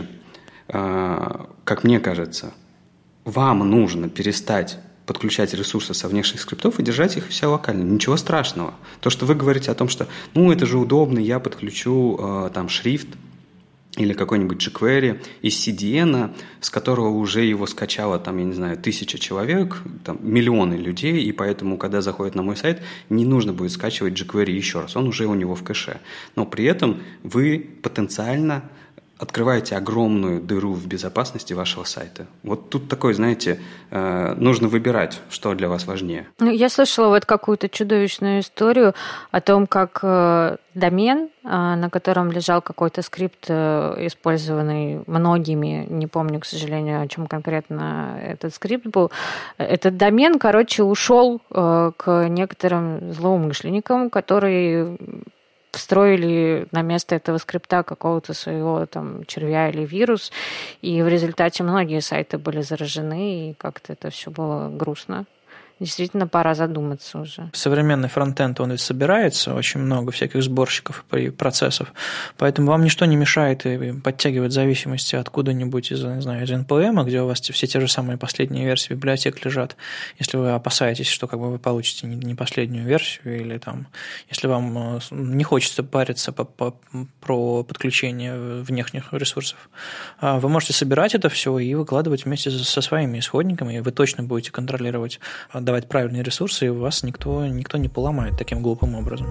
как мне кажется, вам нужно перестать подключать ресурсы со внешних скриптов и держать их все локально. Ничего страшного. То, что вы говорите о том, что ну это же удобно, я подключу э, там шрифт или какой-нибудь jQuery из си ди эн, с которого уже его скачало, там, я не знаю, тысяча человек, там, миллионы людей, и поэтому, когда заходят на мой сайт, не нужно будет скачивать jQuery еще раз, он уже у него в кэше. Но при этом вы потенциально открываете огромную дыру в безопасности вашего сайта. Вот тут такой, знаете, э, нужно выбирать, что для вас важнее. Ну, я слышала вот какую-то чудовищную историю о том, как э, домен, э, на котором лежал какой-то скрипт, э, использованный многими, не помню, к сожалению, о чем конкретно этот скрипт был, этот домен, короче, ушел э, к некоторым злоумышленникам, которые встроили на место этого скрипта какого-то своего там червя или вирус, и в результате многие сайты были заражены, и как-то это все было грустно. Действительно, пора задуматься уже. Современный фронтенд, он ведь собирается, очень много всяких сборщиков и процессов, поэтому вам ничто не мешает и подтягивать зависимости откуда-нибудь из, не знаю, из эн пи эм, где у вас все те же самые последние версии библиотек лежат, если вы опасаетесь, что как бы вы получите не последнюю версию, или там, если вам не хочется париться по, по, про подключение внешних ресурсов, вы можете собирать это все и выкладывать вместе со своими исходниками, и вы точно будете контролировать, давать правильные ресурсы, и вас никто, никто не поломает таким глупым образом.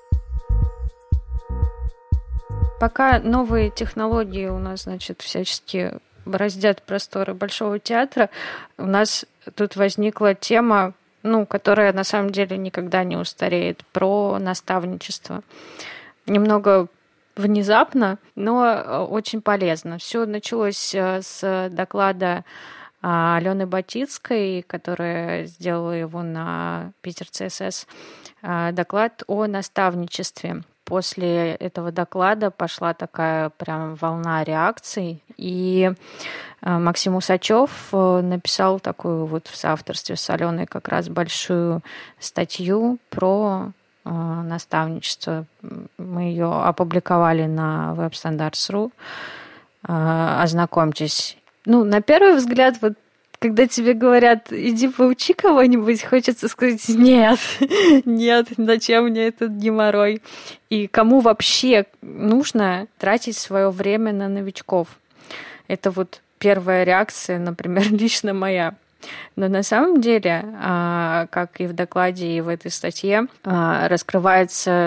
Пока новые технологии у нас, значит, всячески бороздят просторы Большого театра, у нас тут возникла тема, ну, которая на самом деле никогда не устареет, про наставничество. Немного внезапно, но очень полезно. Все началось с доклада Алены Батицкой, которая сделала его на Питер си эс эс, доклад о наставничестве. После этого доклада пошла такая прям волна реакций, и Максим Усачев написал такую вот в соавторстве с Аленой как раз большую статью про наставничество. Мы ее опубликовали на веб-стандарт точка ру. Ознакомьтесь. Ну, на первый взгляд, вот когда тебе говорят, иди поучи кого-нибудь, хочется сказать, нет, нет, зачем мне этот геморрой? И кому вообще нужно тратить свое время на новичков? Это вот первая реакция, например, лично моя. Но на самом деле, как и в докладе, и в этой статье, раскрывается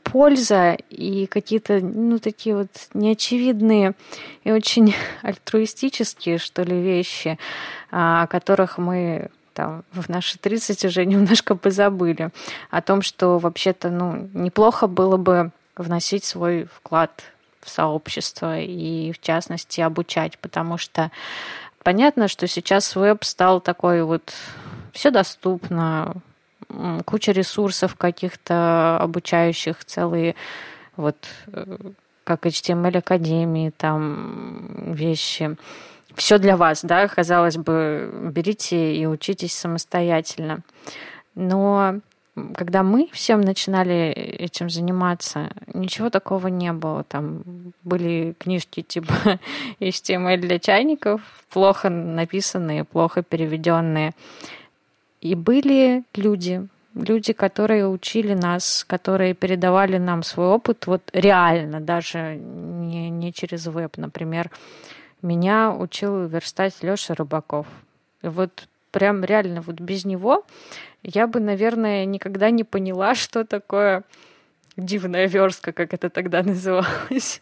польза и какие-то, ну, такие вот неочевидные и очень альтруистические, что ли, вещи, о которых мы там в наши тридцать уже немножко позабыли. О том, что вообще-то, ну, неплохо было бы вносить свой вклад в сообщество и, в частности, обучать, потому что понятно, что сейчас веб стал такой вот, все доступно, куча ресурсов каких-то обучающих, целые вот как эйч ти эм эль-академии, там вещи. Все для вас, да, казалось бы, берите и учитесь самостоятельно. Но когда мы всем начинали этим заниматься, ничего такого не было. Там были книжки типа эйч ти эм эль для чайников, плохо написанные, плохо переведенные. И были люди, люди, которые учили нас, которые передавали нам свой опыт, вот реально, даже не, не через веб. Например, меня учил верстать Лёша Рыбаков. И вот прям реально вот без него я бы, наверное, никогда не поняла, что такое дивная верстка, как это тогда называлось.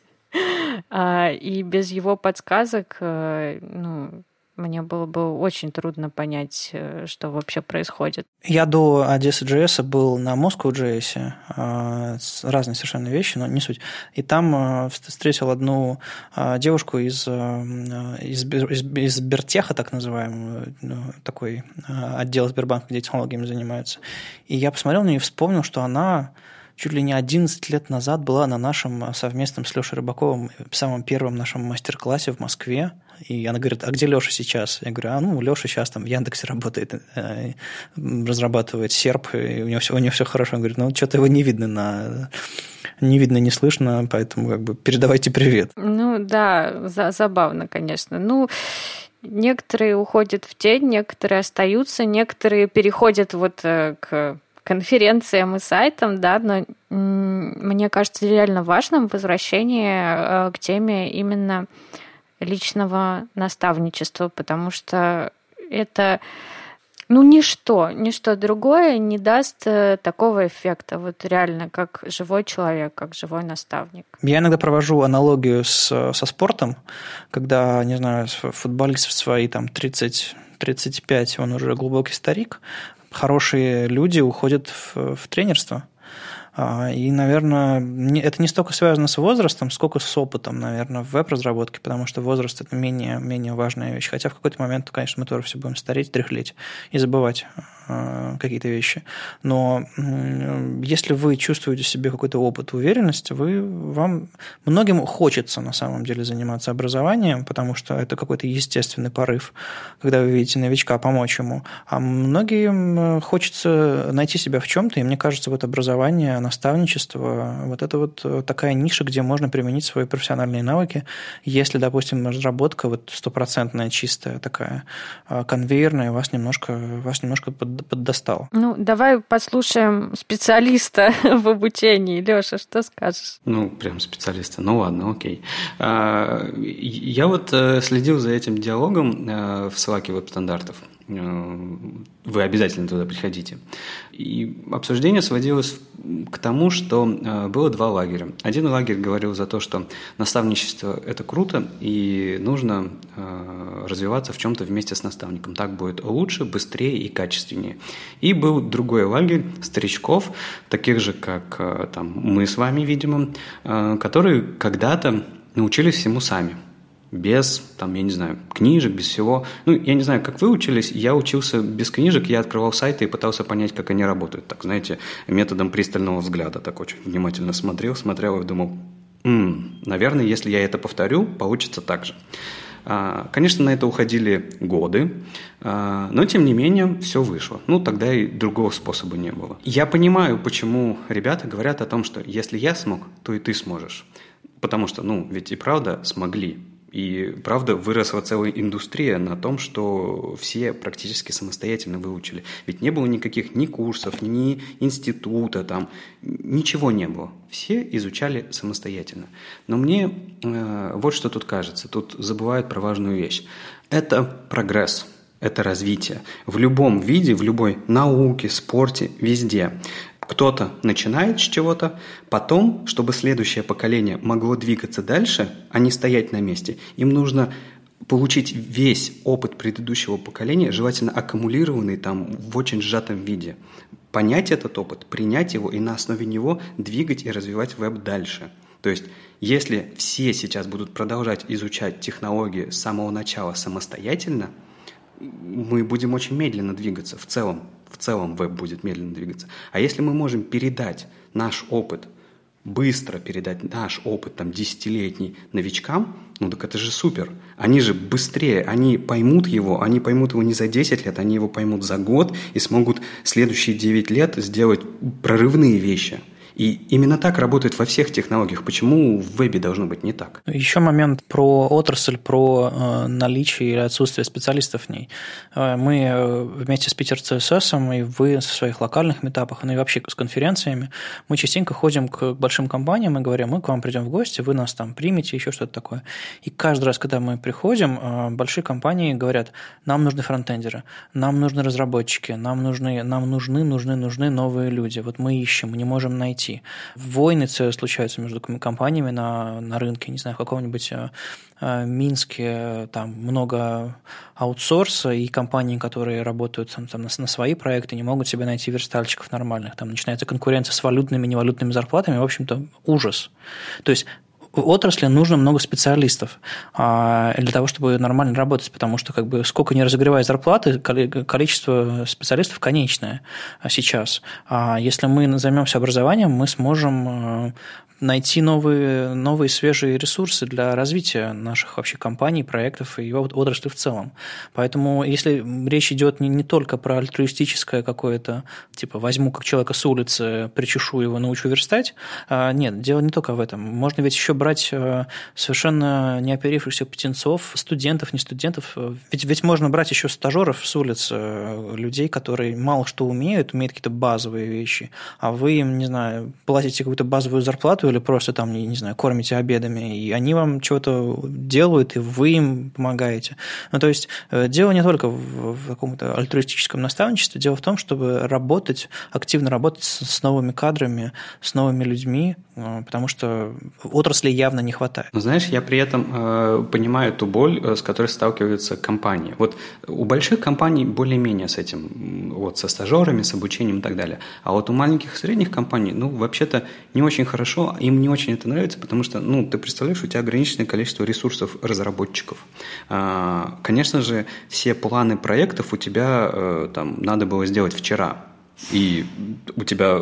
И без его подсказок, ну, мне было бы очень трудно понять, что вообще происходит. Я до Одессы.js был на Moscow.js, разные совершенно вещи, но не суть. И там встретил одну девушку из, из, из, из Сбертеха, так называемого, такой отдел Сбербанка, где технологиями занимаются. И я посмотрел на нее и вспомнил, что она чуть ли не одиннадцать лет назад была на нашем совместном с Лешей Рыбаковым самом первом нашем мастер-классе в Москве. И она говорит: а где Леша сейчас? Я говорю: а ну, Леша сейчас там в Яндексе работает, разрабатывает серп, и у него все, у него все хорошо. Он говорит: ну, что-то его не видно, на... не видно, не слышно, поэтому как бы передавайте привет. Ну да, за- забавно, конечно. Ну, некоторые уходят в тень, некоторые остаются, некоторые переходят вот к конференциям и сайтам, да, но мне кажется реально важным возвращение к теме именно личного наставничества, потому что это, ну, ничто, ничто другое не даст такого эффекта, вот реально, как живой человек, как живой наставник. Я иногда провожу аналогию с, со спортом, когда, не знаю, футболист в свои там тридцать тридцать пять, он уже глубокий старик, хорошие люди уходят в, в тренерство. И, наверное, это не столько связано с возрастом, сколько с опытом, наверное, в веб-разработке, потому что возраст – это менее, менее важная вещь. Хотя в какой-то момент, конечно, мы тоже все будем стареть, трехлеть и забывать какие-то вещи. Но если вы чувствуете в себе какой-то опыт, уверенность, вы, вам многим хочется на самом деле заниматься образованием, потому что это какой-то естественный порыв, когда вы видите новичка, помочь ему. А многим хочется найти себя в чем-то, и мне кажется, вот образование, наставничество, вот это вот такая ниша, где можно применить свои профессиональные навыки, если, допустим, разработка вот стопроцентная, чистая такая, конвейерная, вас немножко, вас немножко под поддостал. Ну, давай послушаем специалиста в обучении. Леша, что скажешь? Ну, прям специалиста. Ну, ладно, окей. Я вот следил за этим диалогом в Slack веб-стандартов. Вы обязательно туда приходите. И обсуждение сводилось к тому, что было два лагеря. Один лагерь говорил за то, что наставничество – это круто, и нужно развиваться в чем-то вместе с наставником. Так будет лучше, быстрее и качественнее. И был другой лагерь старичков, таких же, как там, мы с вами, видимо, которые когда-то научились всему сами. Без, там, я не знаю, книжек, без всего. Ну, я не знаю, как вы учились, я учился без книжек, я открывал сайты и пытался понять, как они работают. Так, знаете, методом пристального взгляда. Так очень внимательно смотрел, смотрел и думал, м-м, наверное, если я это повторю, получится так же. А, конечно, на это уходили годы, а, но, тем не менее, все вышло. Ну, тогда и другого способа не было. Я понимаю, почему ребята говорят о том, что если я смог, то и ты сможешь. Потому что, ну, ведь и правда смогли. И, правда, выросла целая индустрия на том, что все практически самостоятельно выучили. Ведь не было никаких ни курсов, ни института, там, ничего не было. Все изучали самостоятельно. Но мне э, вот что тут кажется. Тут забывают про важную вещь. Это прогресс, это развитие. В любом виде, в любой науке, спорте, везде. Кто-то начинает с чего-то, потом, чтобы следующее поколение могло двигаться дальше, а не стоять на месте, им нужно получить весь опыт предыдущего поколения, желательно аккумулированный там в очень сжатом виде, понять этот опыт, принять его и на основе него двигать и развивать веб дальше. То есть, если все сейчас будут продолжать изучать технологии с самого начала самостоятельно, мы будем очень медленно двигаться в целом. В целом веб будет медленно двигаться. А если мы можем передать наш опыт, быстро передать наш опыт там, десятилетний новичкам, ну так это же супер. Они же быстрее, они поймут его, они поймут его не за десять лет, они его поймут за год и смогут следующие девять лет сделать прорывные вещи. И именно так работает во всех технологиях. Почему в вебе должно быть не так? Еще момент про отрасль, про э, наличие или отсутствие специалистов в ней. Э, мы вместе с Питер си эс эс, и вы со своих локальных метапах, ну и вообще с конференциями, мы частенько ходим к большим компаниям и говорим, мы к вам придем в гости, вы нас там примете, еще что-то такое. И каждый раз, когда мы приходим, э, большие компании говорят, нам нужны фронтендеры, нам нужны разработчики, нам нужны, нам нужны, нужны, нужны новые люди. Вот мы ищем, мы не можем найти. Войны случаются между компаниями на, на рынке, не знаю, в каком-нибудь э, Минске там много аутсорса, и компании, которые работают там, там, на, на свои проекты, не могут себе найти верстальщиков нормальных. Там начинается конкуренция с валютными и невалютными зарплатами, в общем-то, ужас. То есть в отрасли нужно много специалистов для того, чтобы нормально работать, потому что как бы сколько не разогревая зарплаты, количество специалистов конечное сейчас. А если мы займемся образованием, мы сможем найти новые, новые свежие ресурсы для развития наших вообще компаний, проектов и отрасли в целом. Поэтому если речь идет не, не только про альтруистическое какое-то, типа возьму как человека с улицы, причешу его, научу верстать, нет, дело не только в этом. Можно ведь еще брать совершенно неоперившихся птенцов, студентов, не студентов. Ведь, ведь можно брать еще стажеров с улицы, людей, которые мало что умеют, умеют какие-то базовые вещи, а вы им, не знаю, платите какую-то базовую зарплату или просто там, не, не знаю, кормите обедами, и они вам чего-то делают, и вы им помогаете. Ну, то есть дело не только в, в каком-то альтруистическом наставничестве, дело в том, чтобы работать, активно работать с новыми кадрами, с новыми людьми, потому что отрасли явно не хватает. Но знаешь, я при этом э, понимаю ту боль, с которой сталкиваются компании. Вот у больших компаний более-менее с этим, вот со стажерами, с обучением и так далее. А вот у маленьких и средних компаний, ну, вообще-то не очень хорошо, им не очень это нравится, потому что, ну, ты представляешь, у тебя ограниченное количество ресурсов разработчиков. А, конечно же, все планы проектов у тебя э, там надо было сделать вчера, и у тебя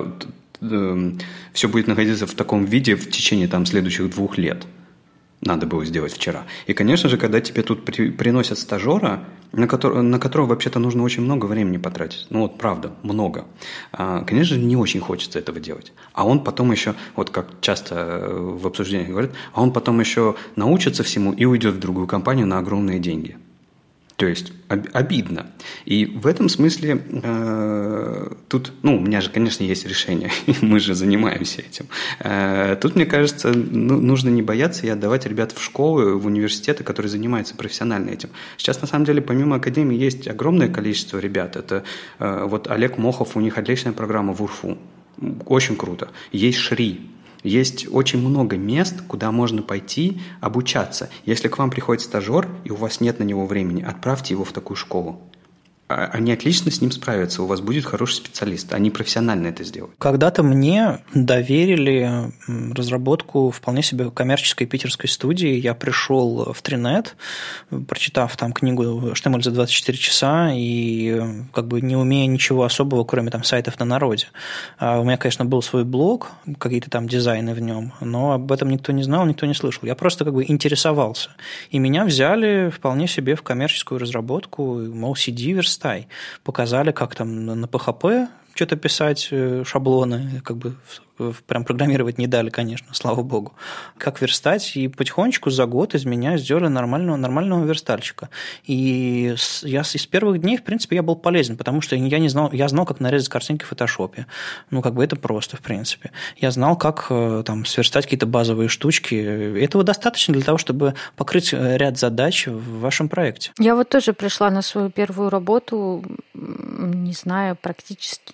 все будет находиться в таком виде в течение там, следующих двух лет. Надо было сделать вчера. И, конечно же, когда тебе тут при, приносят стажера, на, который, на которого вообще-то нужно очень много времени потратить, ну вот правда, много, а, конечно же, не очень хочется этого делать. А он потом еще, вот как часто в обсуждениях говорят, а он потом еще научится всему и уйдет в другую компанию на огромные деньги. То есть обидно. И в этом смысле э, тут, ну, у меня же, конечно, есть решение, мы же занимаемся этим. Э, тут, мне кажется, ну, нужно не бояться и отдавать ребят в школы, в университеты, которые занимаются профессионально этим. Сейчас, на самом деле, помимо академии, есть огромное количество ребят. Это э, вот Олег Мохов, у них отличная программа в УРФУ. Очень круто. Есть ШРИ. Есть очень много мест, куда можно пойти обучаться. Если к вам приходит стажер, и у вас нет на него времени, отправьте его в такую школу. Они отлично с ним справятся, у вас будет хороший специалист, они профессионально это сделают. Когда-то мне доверили разработку вполне себе коммерческой питерской студии. Я пришел в Тринет, прочитав там книгу эйч ти эм эль за двадцать четыре часа и как бы не умея ничего особого, кроме там сайтов на народе. У меня, конечно, был свой блог, какие-то там дизайны в нем, но об этом никто не знал, никто не слышал. Я просто как бы интересовался. И меня взяли вполне себе в коммерческую разработку, мол, сиди, верстай. Показали, как там на пэ хэ пэ что-то писать, шаблоны, как бы прям программировать не дали, конечно, слава богу. Как верстать, и потихонечку за год из меня сделали нормального, нормального верстальщика. И я из первых дней, в принципе, я был полезен, потому что я не знал, я знал, как нарезать картинки в фотошопе. Ну, как бы это просто, в принципе. Я знал, как там сверстать какие-то базовые штучки. Этого достаточно для того, чтобы покрыть ряд задач в вашем проекте. Я вот тоже пришла на свою первую работу, не знаю, практически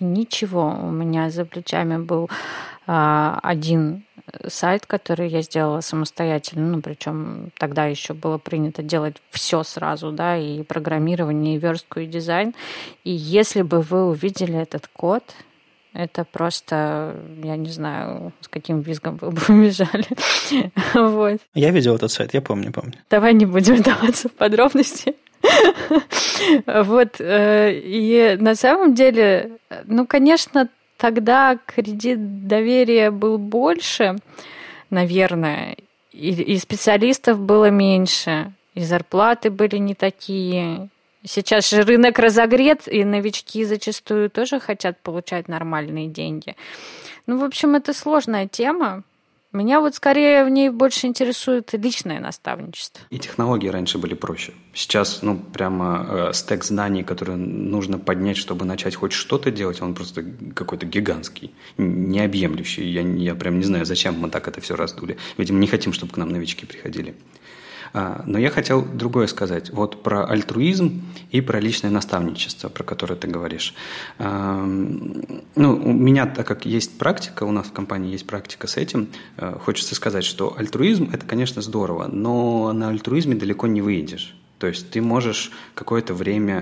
ничего. У меня за плечами был а, один сайт, который я сделала самостоятельно, ну, причем тогда еще было принято делать все сразу, да, и программирование, и верстку, и дизайн. И если бы вы увидели этот код, это просто, я не знаю, с каким визгом вы бы убежали. Вот. Я видел этот сайт, я помню, помню. Давай не будем вдаваться в подробности. Вот. И на самом деле, ну, конечно, тогда кредит доверия был больше, наверное, и, и специалистов было меньше, и зарплаты были не такие. Сейчас же рынок разогрет, и новички зачастую тоже хотят получать нормальные деньги. Ну, в общем, это сложная тема. Меня вот скорее в ней больше интересует личное наставничество. И технологии раньше были проще. Сейчас, ну, прямо э, стек знаний, который нужно поднять, чтобы начать хоть что-то делать, он просто какой-то гигантский, необъемлющий. Я, я прям не знаю, зачем мы так это все раздули. Видимо, не хотим, чтобы к нам новички приходили. Но я хотел другое сказать, вот про альтруизм и про личное наставничество, про которое ты говоришь. Ну, у меня, так как есть практика, у нас в компании есть практика с этим, хочется сказать, что альтруизм – это, конечно, здорово, но на альтруизме далеко не выйдешь. То есть ты можешь какое-то время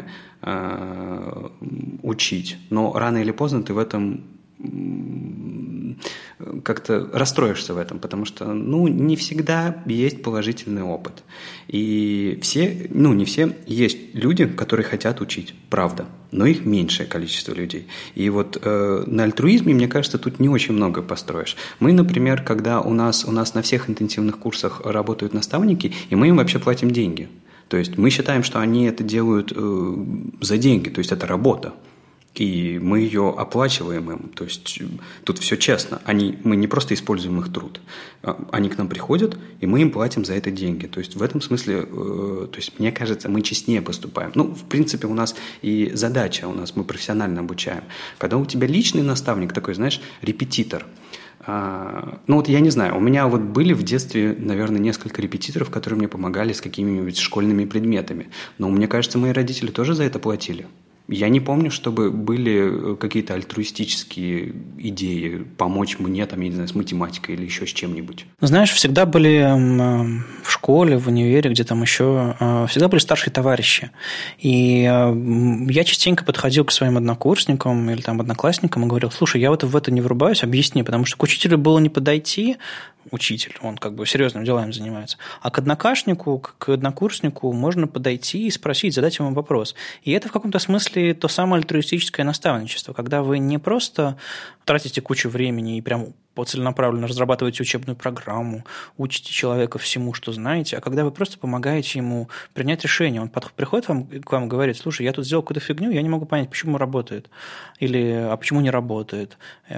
учить, но рано или поздно ты в этом как-то расстроишься в этом, потому что, ну, не всегда есть положительный опыт. И все, ну, не все, есть люди, которые хотят учить, правда, но их меньшее количество людей. И вот э, на альтруизме, мне кажется, тут не очень много построишь. Мы, например, когда у нас, у нас на всех интенсивных курсах работают наставники, и мы им вообще платим деньги. То есть мы считаем, что они это делают э, за деньги, то есть это работа. И мы ее оплачиваем им. То есть тут все честно. Они, мы не просто используем их труд. Они к нам приходят, и мы им платим за это деньги. То есть в этом смысле, э, то есть мне кажется, мы честнее поступаем. Ну, в принципе, у нас и задача, у нас мы профессионально обучаем. Когда у тебя личный наставник, такой, знаешь, репетитор. А, ну вот я не знаю, у меня вот были в детстве, наверное, несколько репетиторов, которые мне помогали с какими-нибудь школьными предметами. Но мне кажется, мои родители тоже за это платили. Я не помню, чтобы были какие-то альтруистические идеи помочь мне, там, я не знаю, с математикой или еще с чем-нибудь. Знаешь, всегда были в школе, в универе, где там еще, всегда были старшие товарищи. И я частенько подходил к своим однокурсникам или там одноклассникам и говорил: слушай, я вот в это не врубаюсь, объясни, потому что к учителю было не подойти, учитель, он как бы серьезными делами занимается, а к однокашнику, к однокурснику можно подойти и спросить, задать ему вопрос. И это в каком-то смысле то самое альтруистическое наставничество, когда вы не просто тратите кучу времени и прям целенаправленно разрабатываете учебную программу, учите человека всему, что знаете, а когда вы просто помогаете ему принять решение. Он приходит вам, к вам и говорит: слушай, я тут сделал какую-то фигню, я не могу понять, почему работает, или а почему не работает.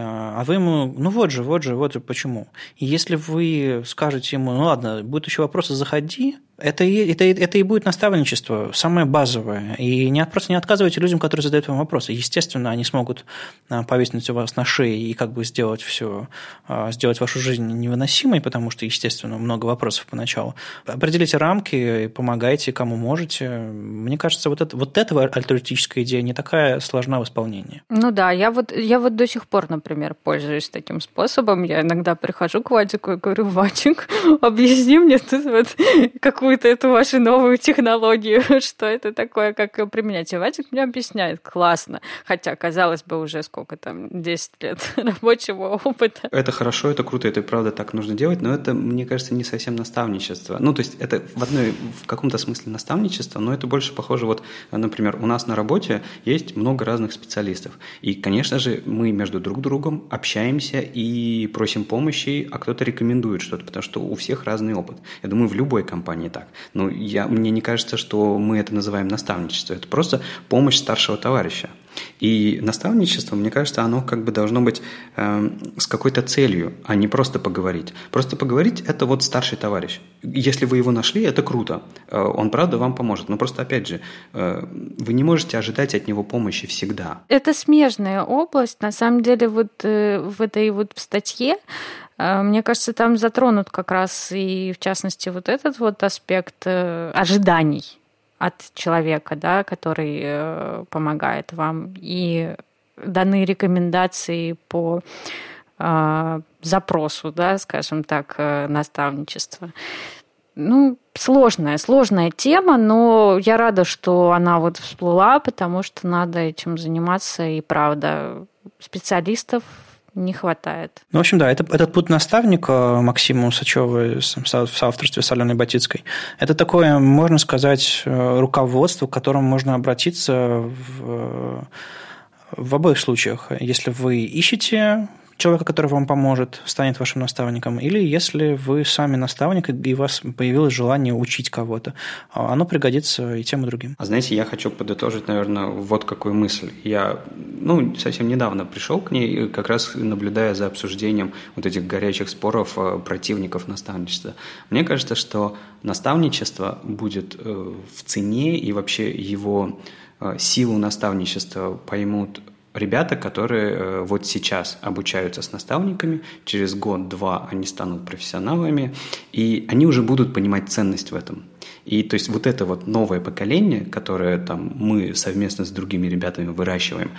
А вы ему: ну вот же, вот же, вот же почему. И если вы скажете ему: ну ладно, будут еще вопросы, заходи, это и, это, это и будет наставничество, самое базовое. И не, просто не отказывайте людям, которые задают вам вопросы. Естественно, они смогут повесить у вас на шее и как бы сделать все, сделать вашу жизнь невыносимой, потому что, естественно, много вопросов поначалу. Определите рамки, помогайте, кому можете. Мне кажется, вот, это, вот эта альтруистическая идея не такая сложна в исполнении. Ну да, я вот, я вот до сих пор, например, пользуюсь таким способом. Я иногда прихожу к Вадику и говорю: Вадик, объясни мне тут вот какую какую-то эту вашу новую технологию, что это такое, как ее применять. И Вадик мне объясняет: классно. Хотя, казалось бы, уже сколько там, десять лет рабочего опыта. Это хорошо, это круто, это правда так нужно делать, но это, мне кажется, не совсем наставничество. Ну, то есть это в, одной, в каком-то смысле наставничество, но это больше похоже, вот, например, у нас на работе есть много разных специалистов. И, конечно же, мы между друг другом общаемся и просим помощи, а кто-то рекомендует что-то, потому что у всех разный опыт. Я думаю, в любой компании так. Но я, мне не кажется, что мы это называем наставничеством. Это просто помощь старшего товарища. И наставничество, мне кажется, оно как бы должно быть э, с какой-то целью, а не просто поговорить. Просто поговорить – это вот старший товарищ. Если вы его нашли, это круто. Э, он, правда, вам поможет. Но просто, опять же, э, вы не можете ожидать от него помощи всегда. Это смежная область. На самом деле, вот э, в этой вот статье, э, мне кажется, там затронут как раз и, в частности, вот этот вот аспект э, ожиданий от человека, да, который э, помогает вам. И даны рекомендации по э, запросу, да, скажем так, наставничества. Ну, сложная, сложная тема, но я рада, что она вот всплыла, потому что надо этим заниматься, и правда, специалистов не хватает. Ну, в общем, да, это, этот путь наставника Максима Усачева в соавторстве с Аленой Батицкой, это такое, можно сказать, руководство, к которому можно обратиться в, в обоих случаях. Если вы ищете человека, который вам поможет, станет вашим наставником, или если вы сами наставник, и у вас появилось желание учить кого-то, оно пригодится и тем, и другим. А знаете, я хочу подытожить, наверное, вот какую мысль. Я, ну, совсем недавно пришел к ней, как раз наблюдая за обсуждением вот этих горячих споров противников наставничества. Мне кажется, что наставничество будет в цене, и вообще его силу наставничества поймут ребята, которые вот сейчас обучаются с наставниками, через год-два они станут профессионалами, и они уже будут понимать ценность в этом. И то есть вот это вот новое поколение, которое там мы совместно с другими ребятами выращиваем,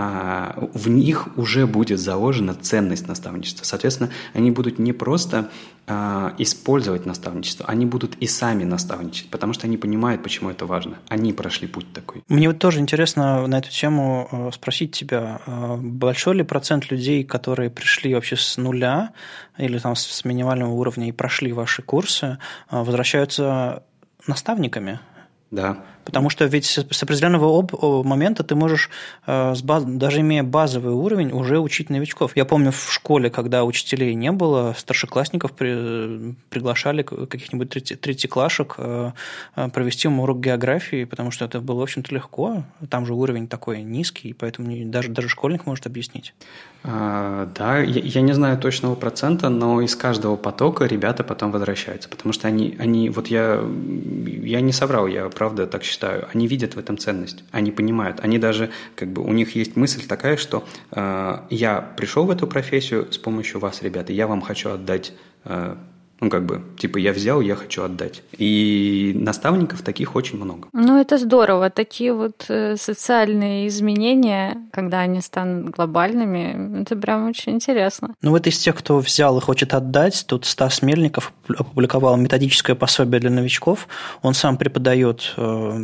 в них уже будет заложена ценность наставничества. Соответственно, они будут не просто использовать наставничество, они будут и сами наставничать, потому что они понимают, почему это важно. Они прошли путь такой. Мне вот тоже интересно на эту тему спросить тебя, большой ли процент людей, которые пришли вообще с нуля или там с минимального уровня и прошли ваши курсы, возвращаются наставниками? Да. Потому что ведь с определенного момента ты можешь, даже имея базовый уровень, уже учить новичков. Я помню, в школе, когда учителей не было, старшеклассников приглашали каких-нибудь третьеклашек провести им урок географии, потому что это было, в общем-то, легко. Там же уровень такой низкий, поэтому даже, даже школьник может объяснить. А, да, я, я не знаю точного процента, но из каждого потока ребята потом возвращаются, потому что они, они вот я, я не соврал, я правда так считаю, они видят в этом ценность, они понимают, они даже, как бы, у них есть мысль такая, что э, я пришел в эту профессию с помощью вас, ребята, я вам хочу отдать, э, ну, как бы, типа, я взял, я хочу отдать. И наставников таких очень много. Ну, это здорово. Такие вот социальные изменения, когда они станут глобальными, это прям очень интересно. Ну, вот из тех, кто взял и хочет отдать, тут Стас Мельников опубликовал методическое пособие для новичков. Он сам преподает...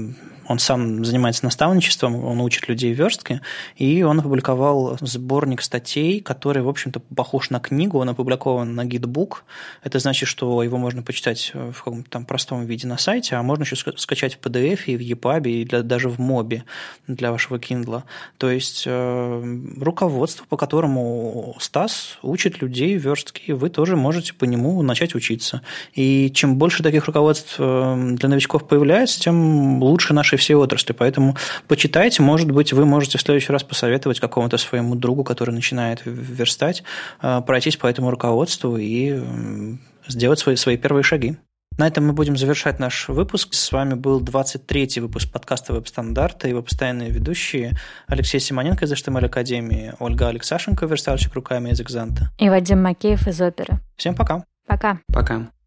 Он сам занимается наставничеством, он учит людей верстке, и он опубликовал сборник статей, который, в общем-то, похож на книгу, он опубликован на Gitbook. Это значит, что его можно почитать в каком-то там простом виде на сайте, а можно еще скачать в пи ди эф и в EPUB, и для, даже в мобе для вашего Kindle. То есть э, руководство, по которому Стас учит людей верстке, и вы тоже можете по нему начать учиться. И чем больше таких руководств для новичков появляется, тем лучше наши всей отрасли. Поэтому почитайте, может быть, вы можете в следующий раз посоветовать какому-то своему другу, который начинает верстать, пройтись по этому руководству и сделать свои, свои первые шаги. На этом мы будем завершать наш выпуск. С вами был двадцать третий выпуск подкаста «Веб-стандарты» и его постоянные ведущие Алексей Симоненко из эйч ти эм эль-академии, Ольга Алексашенко, верстальщик руками из Экзанта, и Вадим Макеев из Оперы. Всем пока. Пока. Пока.